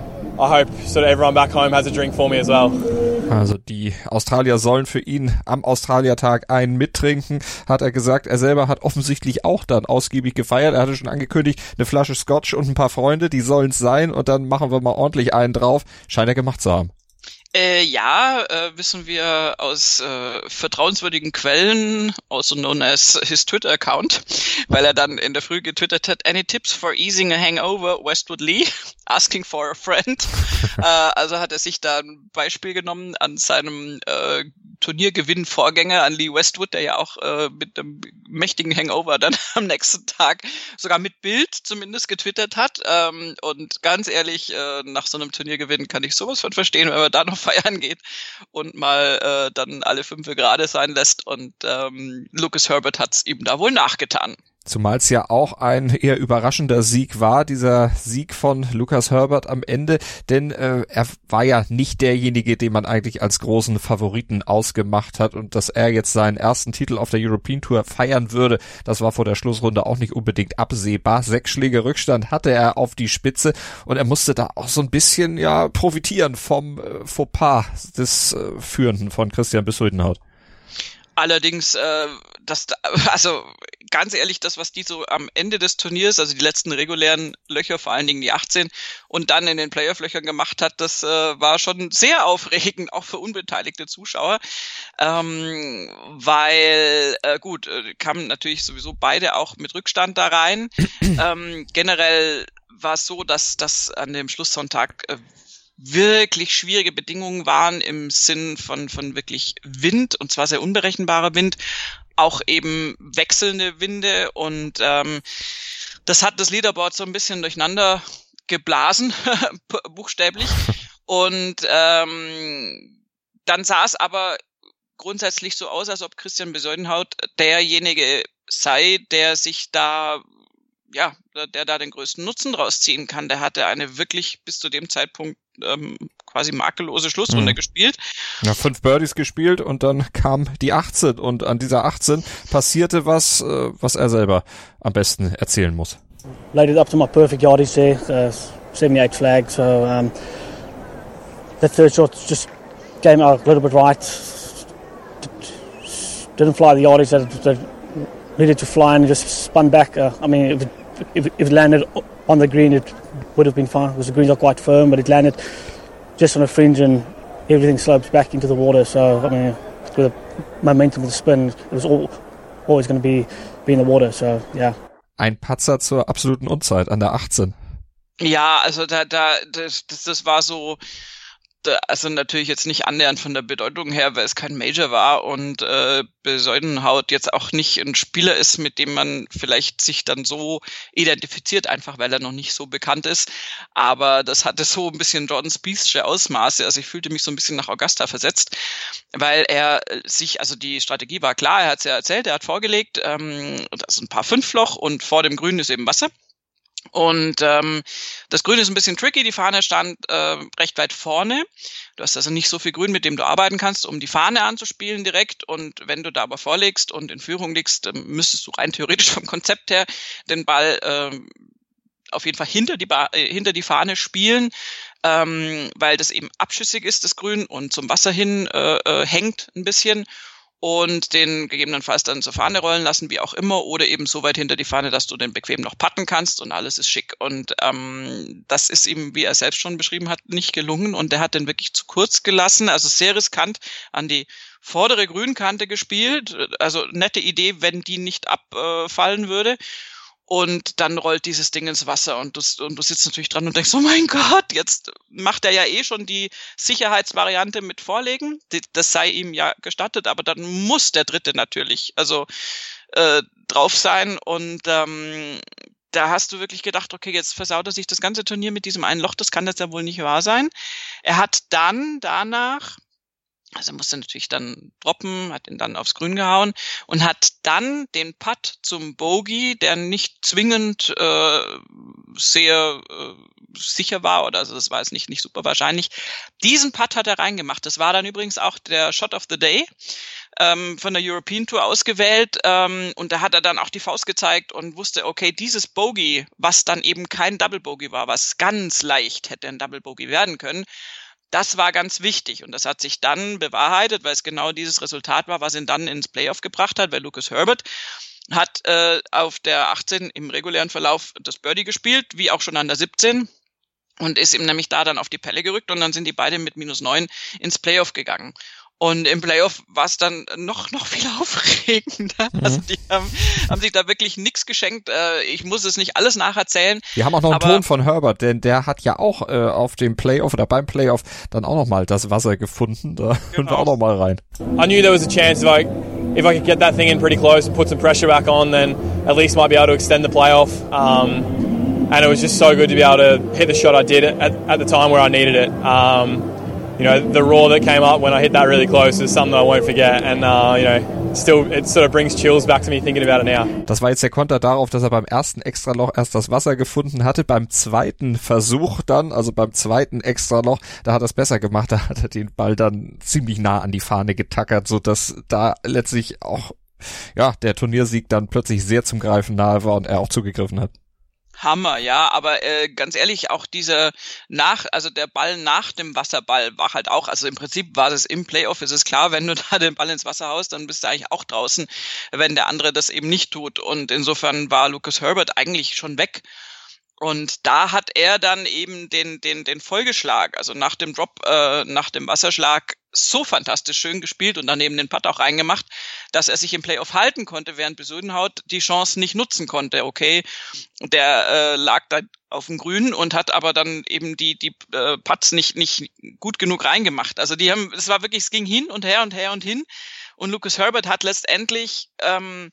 I hope sort of everyone back home has a drink for me as well. Also die Australier sollen für ihn am Australiertag einen mittrinken, hat er gesagt. Er selber hat offensichtlich auch dann ausgiebig gefeiert. Er hatte schon angekündigt, eine Flasche Scotch und ein paar Freunde, die sollen es sein, und dann machen wir mal ordentlich einen drauf. Scheint er gemacht zu haben. Äh, ja, äh, wissen wir aus äh, vertrauenswürdigen Quellen, also known as his Twitter-Account, weil er dann in der Früh getwittert hat, any tips for easing a hangover, Westwood Lee, asking for a friend. äh, also hat er sich da ein Beispiel genommen an seinem äh, Turniergewinn-Vorgänger, an Lee Westwood, der ja auch äh, mit einem mächtigen Hangover dann am nächsten Tag sogar mit Bild zumindest getwittert hat. Ähm, und ganz ehrlich, äh, nach so einem Turniergewinn kann ich sowas von verstehen, wenn man da noch feiern geht und mal äh, dann alle fünf gerade sein lässt, und ähm, Lucas Herbert hat's ihm da wohl nachgetan. Zumal es ja auch ein eher überraschender Sieg war, dieser Sieg von Lucas Herbert am Ende, denn äh, er war ja nicht derjenige, den man eigentlich als großen Favoriten ausgemacht hat, und dass er jetzt seinen ersten Titel auf der European Tour feiern würde, das war vor der Schlussrunde auch nicht unbedingt absehbar. Sechs Schläge Rückstand hatte er auf die Spitze, und er musste da auch so ein bisschen ja profitieren vom äh, Fauxpas des äh, Führenden von Christian Bezuidenhout. Allerdings, äh, das, also ganz ehrlich, das, was die so am Ende des Turniers, also die letzten regulären Löcher, vor allen Dingen die achtzehn, und dann in den Playoff-Löchern gemacht hat, das äh, war schon sehr aufregend, auch für unbeteiligte Zuschauer, ähm, weil, äh, gut, äh, kamen natürlich sowieso beide auch mit Rückstand da rein. ähm, generell war es so, dass das an dem Schlusssonntag äh, wirklich schwierige Bedingungen waren im Sinn von von wirklich Wind, und zwar sehr unberechenbarer Wind, auch eben wechselnde Winde, und ähm, das hat das Leaderboard so ein bisschen durcheinander geblasen, buchstäblich, und ähm, dann sah es aber grundsätzlich so aus, als ob Christian Bezuidenhout derjenige sei, der sich da ja, der da den größten Nutzen draus ziehen kann. Der hatte eine wirklich bis zu dem Zeitpunkt ähm, quasi makellose Schlussrunde mhm. gespielt. Ja, fünf Birdies gespielt, und dann kam die achtzehn, und an dieser achtzehn passierte was, äh, was er selber am besten erzählen muss. Laid it up to my perfect yardage there, uh, seventy-eight flag, so um, that third shot just came out a little bit right. Didn't fly the yardage that, that needed to fly, and just spun back. Uh, I mean, if it, if, if it landed on the green, it would have been fine, because the greens are quite firm, but it landed just on a fringe, and everything slopes back into the water. So, I mean, with the momentum of the spin, it was all, always going to be, be in the water. So, yeah. Ein Patzer zur absoluten Unzeit an der achtzehn. Ja, also da, da, das, das, das war so, da, also natürlich jetzt nicht annähernd von der Bedeutung her, weil es kein Major war, und äh, Bezuidenhout jetzt auch nicht ein Spieler ist, mit dem man vielleicht sich dann so identifiziert, einfach weil er noch nicht so bekannt ist. Aber das hatte so ein bisschen Jordan Spiethsche Ausmaße. Also ich fühlte mich so ein bisschen nach Augusta versetzt, weil er sich, also die Strategie war klar, er hat es ja erzählt, er hat vorgelegt, ähm, also ein paar Fünfloch, und vor dem Grün ist eben Wasser. Und ähm, das Grün ist ein bisschen tricky, die Fahne stand äh, recht weit vorne. Du hast also nicht so viel Grün, mit dem du arbeiten kannst, um die Fahne anzuspielen direkt. Und wenn du da aber vorlegst und in Führung liegst, äh, müsstest du rein theoretisch vom Konzept her den Ball äh, auf jeden Fall hinter die, ba- äh, hinter die Fahne spielen, ähm, weil das eben abschüssig ist, das Grün, und zum Wasser hin äh, äh, hängt ein bisschen. Und den gegebenenfalls dann zur Fahne rollen lassen, wie auch immer, oder eben so weit hinter die Fahne, dass du den bequem noch putten kannst und alles ist schick. Und ähm, das ist ihm, wie er selbst schon beschrieben hat, nicht gelungen und der hat den wirklich zu kurz gelassen, also sehr riskant an die vordere Grünkante gespielt, also nette Idee, wenn die nicht abfallen würde. Und dann rollt dieses Ding ins Wasser und du, und du sitzt natürlich dran und denkst, oh mein Gott, jetzt macht er ja eh schon die Sicherheitsvariante mit Vorlegen. Das sei ihm ja gestattet, aber dann muss der Dritte natürlich also äh, drauf sein. Und ähm, da hast du wirklich gedacht, okay, jetzt versaut er sich das ganze Turnier mit diesem einen Loch, das kann jetzt ja wohl nicht wahr sein. Er hat dann danach... Also er musste natürlich dann droppen, hat ihn dann aufs Grün gehauen und hat dann den Putt zum Bogey, der nicht zwingend äh, sehr äh, sicher war, oder also das war jetzt nicht nicht super wahrscheinlich. Diesen Putt hat er reingemacht. Das war dann übrigens auch der Shot of the Day ähm, von der European Tour ausgewählt ähm, und da hat er dann auch die Faust gezeigt und wusste, okay, dieses Bogey, was dann eben kein Double Bogey war, was ganz leicht hätte ein Double Bogey werden können, das war ganz wichtig und das hat sich dann bewahrheitet, weil es genau dieses Resultat war, was ihn dann ins Playoff gebracht hat, weil Lucas Herbert hat äh, auf der achtzehn im regulären Verlauf das Birdie gespielt, wie auch schon an der siebzehn und ist ihm nämlich da dann auf die Pelle gerückt und dann sind die beiden mit minus neun ins Playoff gegangen. Und im Playoff war es dann noch noch viel aufregender. Mhm. Also die haben, haben sich da wirklich nichts geschenkt. Ich muss es nicht alles nacherzählen. Wir haben auch noch einen Ton von Herbert, denn der hat ja auch äh, auf dem Playoff oder beim Playoff dann auch noch mal das Wasser gefunden. Da hören wir auch noch mal rein. I knew there was a chance if I, if I could get that thing in pretty close and put some pressure back on, then at least might be able to extend the playoff. Um, and it was just so good to be able to hit the shot I did at, at the time where I needed it. Um, You know, the roar that came up when I hit that really close is something I won't forget. And, uh, you know, still, it sort of brings chills back to me thinking about it now. Das war jetzt der Konter darauf, dass er beim ersten Extraloch erst das Wasser gefunden hatte. Beim zweiten Versuch dann, also beim zweiten Extraloch, da hat er es besser gemacht. Da hat er den Ball dann ziemlich nah an die Fahne getackert, sodass da letztlich auch, ja, der Turniersieg dann plötzlich sehr zum Greifen nahe war und er auch zugegriffen hat. Hammer, ja, aber äh, ganz ehrlich, auch dieser nach, also der Ball nach dem Wasserball war halt auch, also im Prinzip war es im Playoff, ist es klar, wenn du da den Ball ins Wasser haust, dann bist du eigentlich auch draußen, wenn der andere das eben nicht tut und insofern war Lucas Herbert eigentlich schon weg. Und da hat er dann eben den den den Folgeschlag, also nach dem Drop, äh, nach dem Wasserschlag so fantastisch schön gespielt und dann eben den Putt auch reingemacht, dass er sich im Playoff halten konnte, während Bezuidenhout die Chance nicht nutzen konnte. Okay, der äh, lag da auf dem Grün und hat aber dann eben die die äh, Putts nicht nicht gut genug reingemacht. Also die haben, es war wirklich, es ging hin und her und her und hin und Lucas Herbert hat letztendlich ähm,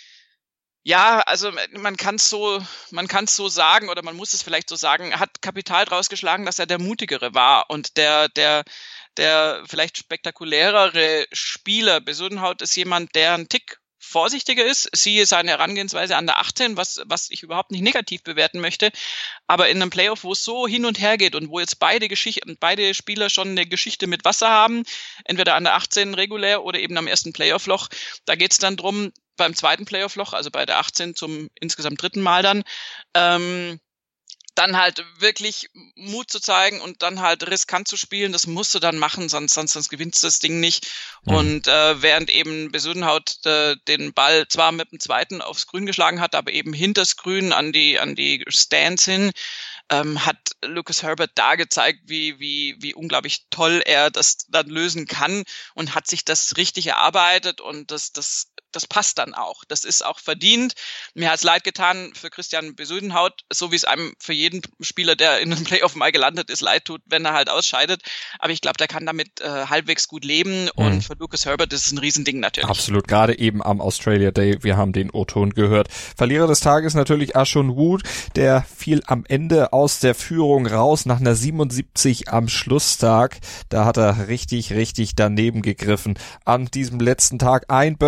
ja, also man kann es so, man kann es so sagen oder man muss es vielleicht so sagen, hat Kapital draus geschlagen, dass er der mutigere war und der der der vielleicht spektakulärere Spieler. Bezuidenhout ist jemand, der ein Tick vorsichtiger ist, siehe seine Herangehensweise an der achtzehn, was was ich überhaupt nicht negativ bewerten möchte, aber in einem Playoff, wo es so hin und her geht und wo jetzt beide Geschichten, beide Spieler schon eine Geschichte mit Wasser haben, entweder an der achtzehn regulär oder eben am ersten Playoff-Loch, da geht es dann drum, beim zweiten Playoff-Loch, also bei der achtzehn zum insgesamt dritten Mal dann, ähm, dann halt wirklich Mut zu zeigen und dann halt riskant zu spielen, das musst du dann machen, sonst sonst, sonst gewinnst du das Ding nicht. Mhm. Und äh, während eben Bezuidenhout äh, den Ball zwar mit dem zweiten aufs Grün geschlagen hat, aber eben hinters Grün an die an die Stands hin, ähm, hat Lucas Herbert da gezeigt, wie wie wie unglaublich toll er das dann lösen kann und hat sich das richtig erarbeitet und das das das passt dann auch. Das ist auch verdient. Mir hat's leid getan für Christian Bezuidenhout, so wie es einem für jeden Spieler, der in einem Playoff mal gelandet ist, leid tut, wenn er halt ausscheidet. Aber ich glaube, der kann damit äh, halbwegs gut leben. Mhm. Und für Lucas Herbert ist es ein Riesending natürlich. Absolut, gerade eben am Australia Day. Wir haben den O-Ton gehört. Verlierer des Tages natürlich Ashun Wood. Der fiel am Ende aus der Führung raus nach einer siebenundsiebzig am Schlusstag. Da hat er richtig, richtig daneben gegriffen. An diesem letzten Tag ein Birdie hat er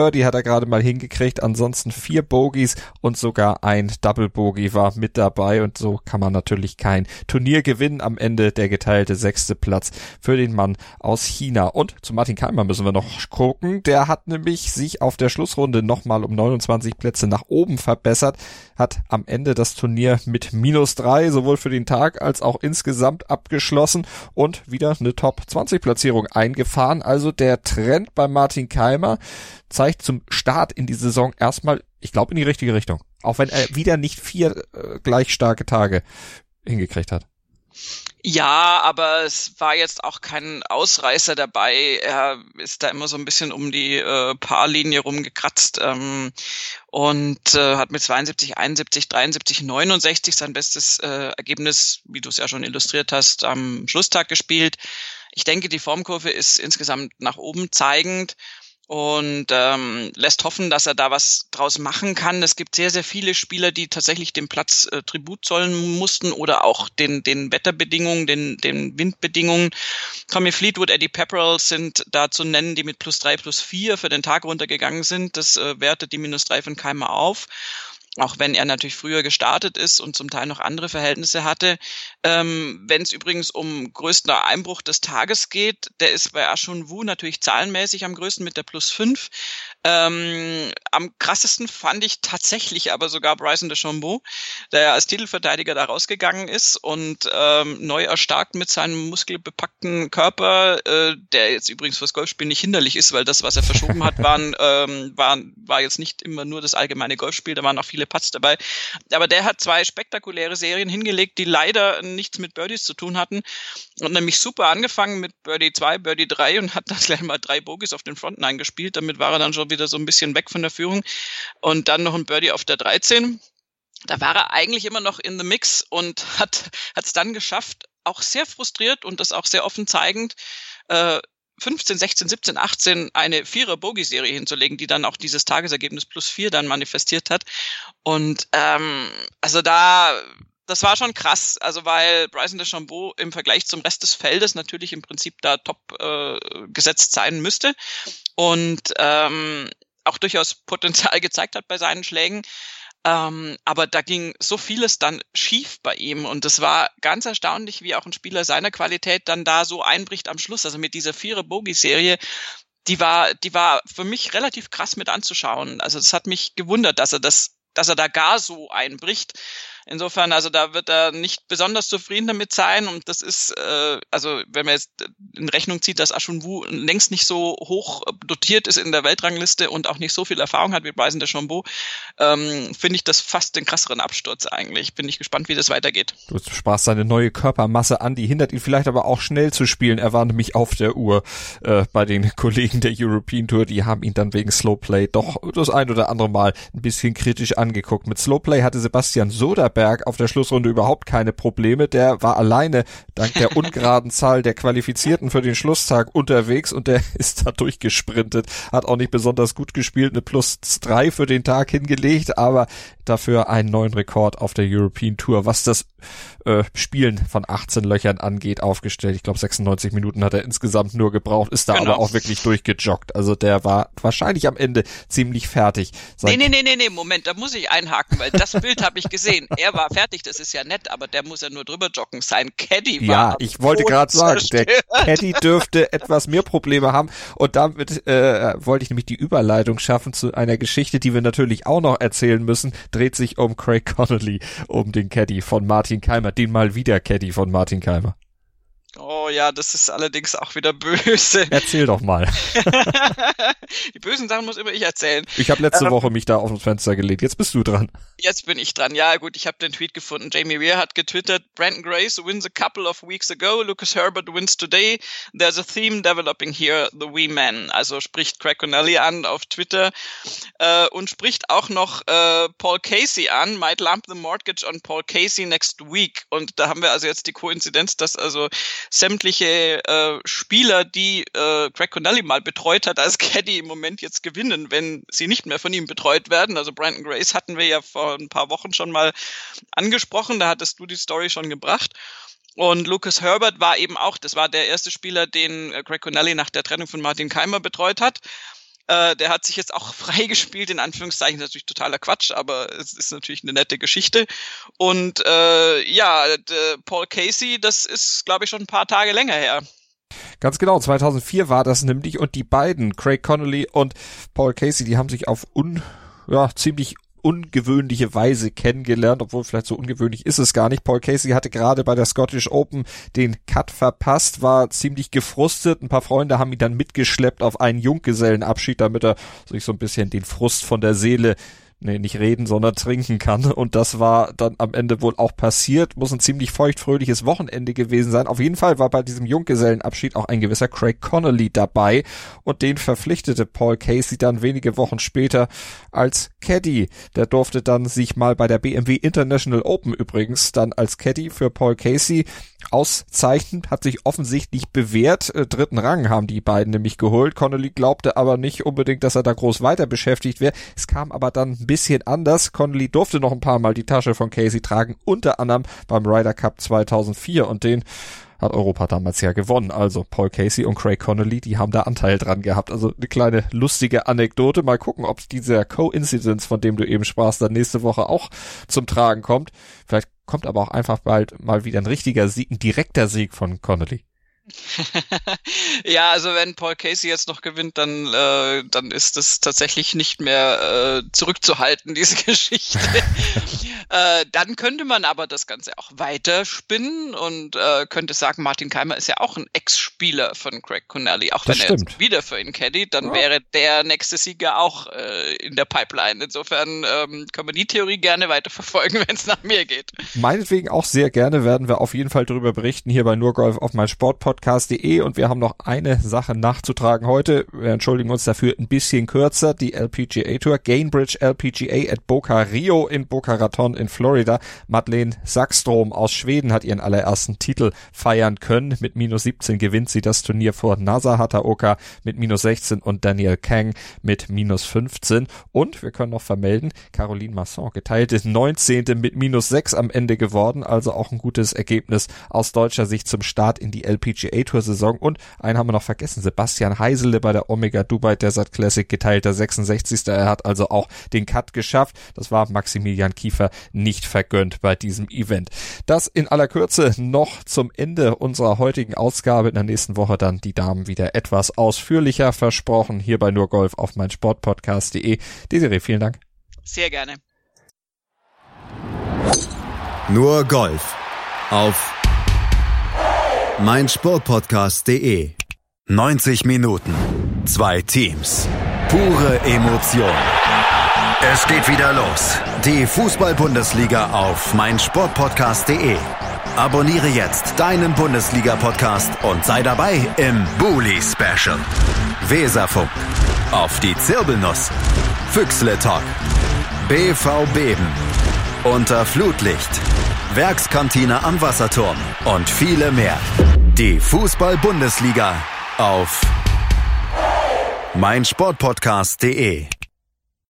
gerade mal hingekriegt, ansonsten vier Bogies und sogar ein Double Bogey war mit dabei und so kann man natürlich kein Turnier gewinnen. Am Ende der geteilte sechste Platz für den Mann aus China. Und zu Martin Kaymer müssen wir noch gucken. Der hat nämlich sich auf der Schlussrunde nochmal um neunundzwanzig Plätze nach oben verbessert, hat am Ende das Turnier mit minus drei sowohl für den Tag als auch insgesamt abgeschlossen und wieder eine Top zwanzig Platzierung eingefahren. Also der Trend bei Martin Kaymer zeigt zum Start in die Saison erstmal, ich glaube, in die richtige Richtung. Auch wenn er wieder nicht vier äh, gleich starke Tage hingekriegt hat. Ja, aber es war jetzt auch kein Ausreißer dabei. Er ist da immer so ein bisschen um die äh, Paarlinie rumgekratzt ähm, und äh, hat mit zweiundsiebzig, einundsiebzig, dreiundsiebzig, neunundsechzig sein bestes äh, Ergebnis, wie du es ja schon illustriert hast, am Schlusstag gespielt. Ich denke, die Formkurve ist insgesamt nach oben zeigend und ähm, lässt hoffen, dass er da was draus machen kann. Es gibt sehr, sehr viele Spieler, die tatsächlich dem Platz äh, Tribut zollen mussten oder auch den den Wetterbedingungen, den den Windbedingungen. Tommy Fleetwood, Eddie Pepperell sind da zu nennen, die mit plus drei, plus vier für den Tag runtergegangen sind. Das äh, wertet die minus drei von Kaymer auf. Auch wenn er natürlich früher gestartet ist und zum Teil noch andere Verhältnisse hatte. Ähm, wenn es übrigens um größten Einbruch des Tages geht, der ist bei Ashun Wu natürlich zahlenmäßig am größten mit der plus fünf. Ähm, am krassesten fand ich tatsächlich aber sogar Bryson DeChambeau, der als Titelverteidiger da rausgegangen ist und ähm, neu erstarkt mit seinem muskelbepackten Körper, äh, der jetzt übrigens fürs Golfspiel nicht hinderlich ist, weil das, was er verschoben hat, waren, ähm, war, war jetzt nicht immer nur das allgemeine Golfspiel, da waren auch viele Putts dabei. Aber der hat zwei spektakuläre Serien hingelegt, die leider nichts mit Birdies zu tun hatten und nämlich super angefangen mit Birdie zwei, Birdie drei und hat dann gleich mal drei Bogies auf den Front Nine gespielt, damit war er dann schon wieder so ein bisschen weg von der Führung und dann noch ein Birdie auf der dreizehn. Da war er eigentlich immer noch in the mix und hat es dann geschafft, auch sehr frustriert und das auch sehr offen zeigend, äh, fünfzehn, sechzehn, siebzehn, achtzehn eine Vierer-Bogey-Serie hinzulegen, die dann auch dieses Tagesergebnis plus vier dann manifestiert hat. Und ähm, also da, das war schon krass, also weil Bryson DeChambeau im Vergleich zum Rest des Feldes natürlich im Prinzip da top äh, gesetzt sein müsste und ähm, auch durchaus Potenzial gezeigt hat bei seinen Schlägen. Ähm, aber da ging so vieles dann schief bei ihm und es war ganz erstaunlich, wie auch ein Spieler seiner Qualität dann da so einbricht am Schluss. Also mit dieser Vierer-Bogey-Serie, die war, die war für mich relativ krass mit anzuschauen. Also es hat mich gewundert, dass er das, dass er da gar so einbricht. Insofern, also da wird er nicht besonders zufrieden damit sein und das ist, äh, also wenn man jetzt in Rechnung zieht, dass Ashun Wu längst nicht so hoch dotiert ist in der Weltrangliste und auch nicht so viel Erfahrung hat wie Bryson DeChambeau, ähm, finde ich das fast den krasseren Absturz eigentlich. Bin ich gespannt, wie das weitergeht. Du sprachst seine neue Körpermasse an, die hindert ihn vielleicht aber auch schnell zu spielen. Er war nämlich auf der Uhr äh, bei den Kollegen der European Tour, die haben ihn dann wegen Slowplay doch das ein oder andere Mal ein bisschen kritisch angeguckt. Mit Slowplay hatte Sebastian Soderberg auf der Schlussrunde überhaupt keine Probleme. Der war alleine dank der ungeraden Zahl der Qualifizierten für den Schlusstag unterwegs und der ist da durchgesprintet. Hat auch nicht besonders gut gespielt, eine plus drei für den Tag hingelegt, aber dafür einen neuen Rekord auf der European Tour, was das äh, Spielen von achtzehn Löchern angeht, aufgestellt. Ich glaube sechsundneunzig Minuten hat er insgesamt nur gebraucht, ist da genau. aber auch wirklich durchgejoggt. Also der war wahrscheinlich am Ende ziemlich fertig. Nee, nee, nee, nee, nee, Moment, da muss ich einhaken, weil das Bild habe ich gesehen. Er war fertig, das ist ja nett, aber der muss ja nur drüber joggen. Sein Caddy war Ja, ich wollte gerade sagen, der Caddy dürfte etwas mehr Probleme haben und damit äh, wollte ich nämlich die Überleitung schaffen zu einer Geschichte, die wir natürlich auch noch erzählen müssen. Dreht sich um Craig Connolly, um den Caddy von Martin Kaymer, den mal wieder Caddy von Martin Kaymer. Oh ja, das ist allerdings auch wieder böse. Erzähl doch mal. Die bösen Sachen muss immer ich erzählen. Ich habe letzte ähm, Woche mich da auf das Fenster gelegt. Jetzt bist du dran. Jetzt bin ich dran. Ja gut, ich habe den Tweet gefunden. Jamie Weir hat getwittert, Brandon Grace wins a couple of weeks ago, Lucas Herbert wins today. There's a theme developing here, the wee man. Also spricht Craig Connolly an auf Twitter äh, und spricht auch noch äh, Paul Casey an. Might lump the mortgage on Paul Casey next week. Und da haben wir also jetzt die Koinzidenz, dass also sämtliche äh, Spieler, die äh, Craig Connolly mal betreut hat als Caddy, im Moment jetzt gewinnen, wenn sie nicht mehr von ihm betreut werden. Also Brandon Grace hatten wir ja vor ein paar Wochen schon mal angesprochen, da hattest du die Story schon gebracht. Und Lucas Herbert war eben auch, das war der erste Spieler, den äh, Craig Connolly nach der Trennung von Martin Kaymer betreut hat. Äh, der hat sich jetzt auch freigespielt, in Anführungszeichen, das ist natürlich totaler Quatsch, aber es ist natürlich eine nette Geschichte. Und äh, ja, d- Paul Casey, das ist, glaube ich, schon ein paar Tage länger her. Ganz genau, zweitausendvier war das nämlich und die beiden, Craig Connolly und Paul Casey, die haben sich auf un, ja, ziemlich ungewöhnliche Weise kennengelernt, obwohl vielleicht so ungewöhnlich ist es gar nicht. Paul Casey hatte gerade bei der Scottish Open den Cut verpasst, war ziemlich gefrustet. Ein paar Freunde haben ihn dann mitgeschleppt auf einen Junggesellenabschied, damit er sich so ein bisschen den Frust von der Seele Nee, nicht reden, sondern trinken kann. Und das war dann am Ende wohl auch passiert. Muss ein ziemlich feuchtfröhliches Wochenende gewesen sein. Auf jeden Fall war bei diesem Junggesellenabschied auch ein gewisser Craig Connolly dabei. Und den verpflichtete Paul Casey dann wenige Wochen später als Caddy. Der durfte dann sich mal bei der B M W International Open übrigens dann als Caddy für Paul Casey auszeichnen. Hat sich offensichtlich bewährt. Äh, dritten Rang haben die beiden nämlich geholt. Connolly glaubte aber nicht unbedingt, dass er da groß weiter beschäftigt wäre. Es kam aber dann ein bisschen anders. Connolly durfte noch ein paar Mal die Tasche von Casey tragen, unter anderem beim Ryder Cup zweitausendvier und den hat Europa damals ja gewonnen. Also Paul Casey und Craig Connolly, die haben da Anteil dran gehabt. Also eine kleine lustige Anekdote. Mal gucken, ob dieser Coincidence, von dem du eben sprachst, dann nächste Woche auch zum Tragen kommt. Vielleicht kommt aber auch einfach bald mal wieder ein richtiger Sieg, ein direkter Sieg von Connolly. Ja, also wenn Paul Casey jetzt noch gewinnt, dann äh, dann ist das tatsächlich nicht mehr äh, zurückzuhalten, diese Geschichte. äh, dann könnte man aber das Ganze auch weiter spinnen und äh, könnte sagen, Martin Keimer ist ja auch ein Ex-Spieler von Craig Connolly, auch Das wenn stimmt. er jetzt wieder für ihn caddy, dann Ja. wäre der nächste Sieger auch äh, in der Pipeline. Insofern ähm, können wir die Theorie gerne weiterverfolgen, wenn es nach mir geht. Meinetwegen auch sehr gerne, werden wir auf jeden Fall darüber berichten hier bei Nurgolf auf mein Sportpodcast punkt de und wir haben noch eine Sache nachzutragen heute. Wir entschuldigen uns dafür ein bisschen kürzer. Die L P G A Tour, Gainbridge L P G A at Boca Rio in Boca Raton in Florida. Madeleine Sackstrom aus Schweden hat ihren allerersten Titel feiern können. Mit minus siebzehn gewinnt sie das Turnier vor Nasa Hataoka mit minus sechzehn und Danielle Kang mit minus fünfzehn. Und wir können noch vermelden, Caroline Masson geteilte neunzehnte mit minus sechs am Ende geworden. Also auch ein gutes Ergebnis aus deutscher Sicht zum Start in die L P G A Tour Saison. Und einen haben wir noch vergessen, Sebastian Heisele bei der Omega Dubai Desert Classic geteilter sechsundsechzigster Er hat also auch den Cut geschafft. Das war Maximilian Kiefer nicht vergönnt bei diesem Event. Das in aller Kürze noch zum Ende unserer heutigen Ausgabe. In der nächsten Woche dann die Damen wieder etwas ausführlicher versprochen. Hier bei Nurgolf auf mein Sportpodcast punkt de. Desiree, vielen Dank. Sehr gerne. Nur Golf auf mein Sportpodcast punkt de. neunzig Minuten, zwei Teams, pure Emotion. Es geht wieder los. Die Fußball-Bundesliga auf mein Sportpodcast punkt de. Abonniere jetzt deinen Bundesliga-Podcast und sei dabei im Bully-Special. Weserfunk, auf die Zirbelnuss, Füchsle Talk, B V Beben, unter Flutlicht, Werkskantine am Wasserturm und viele mehr. Die Fußball-Bundesliga auf mein Sportpodcast punkt de.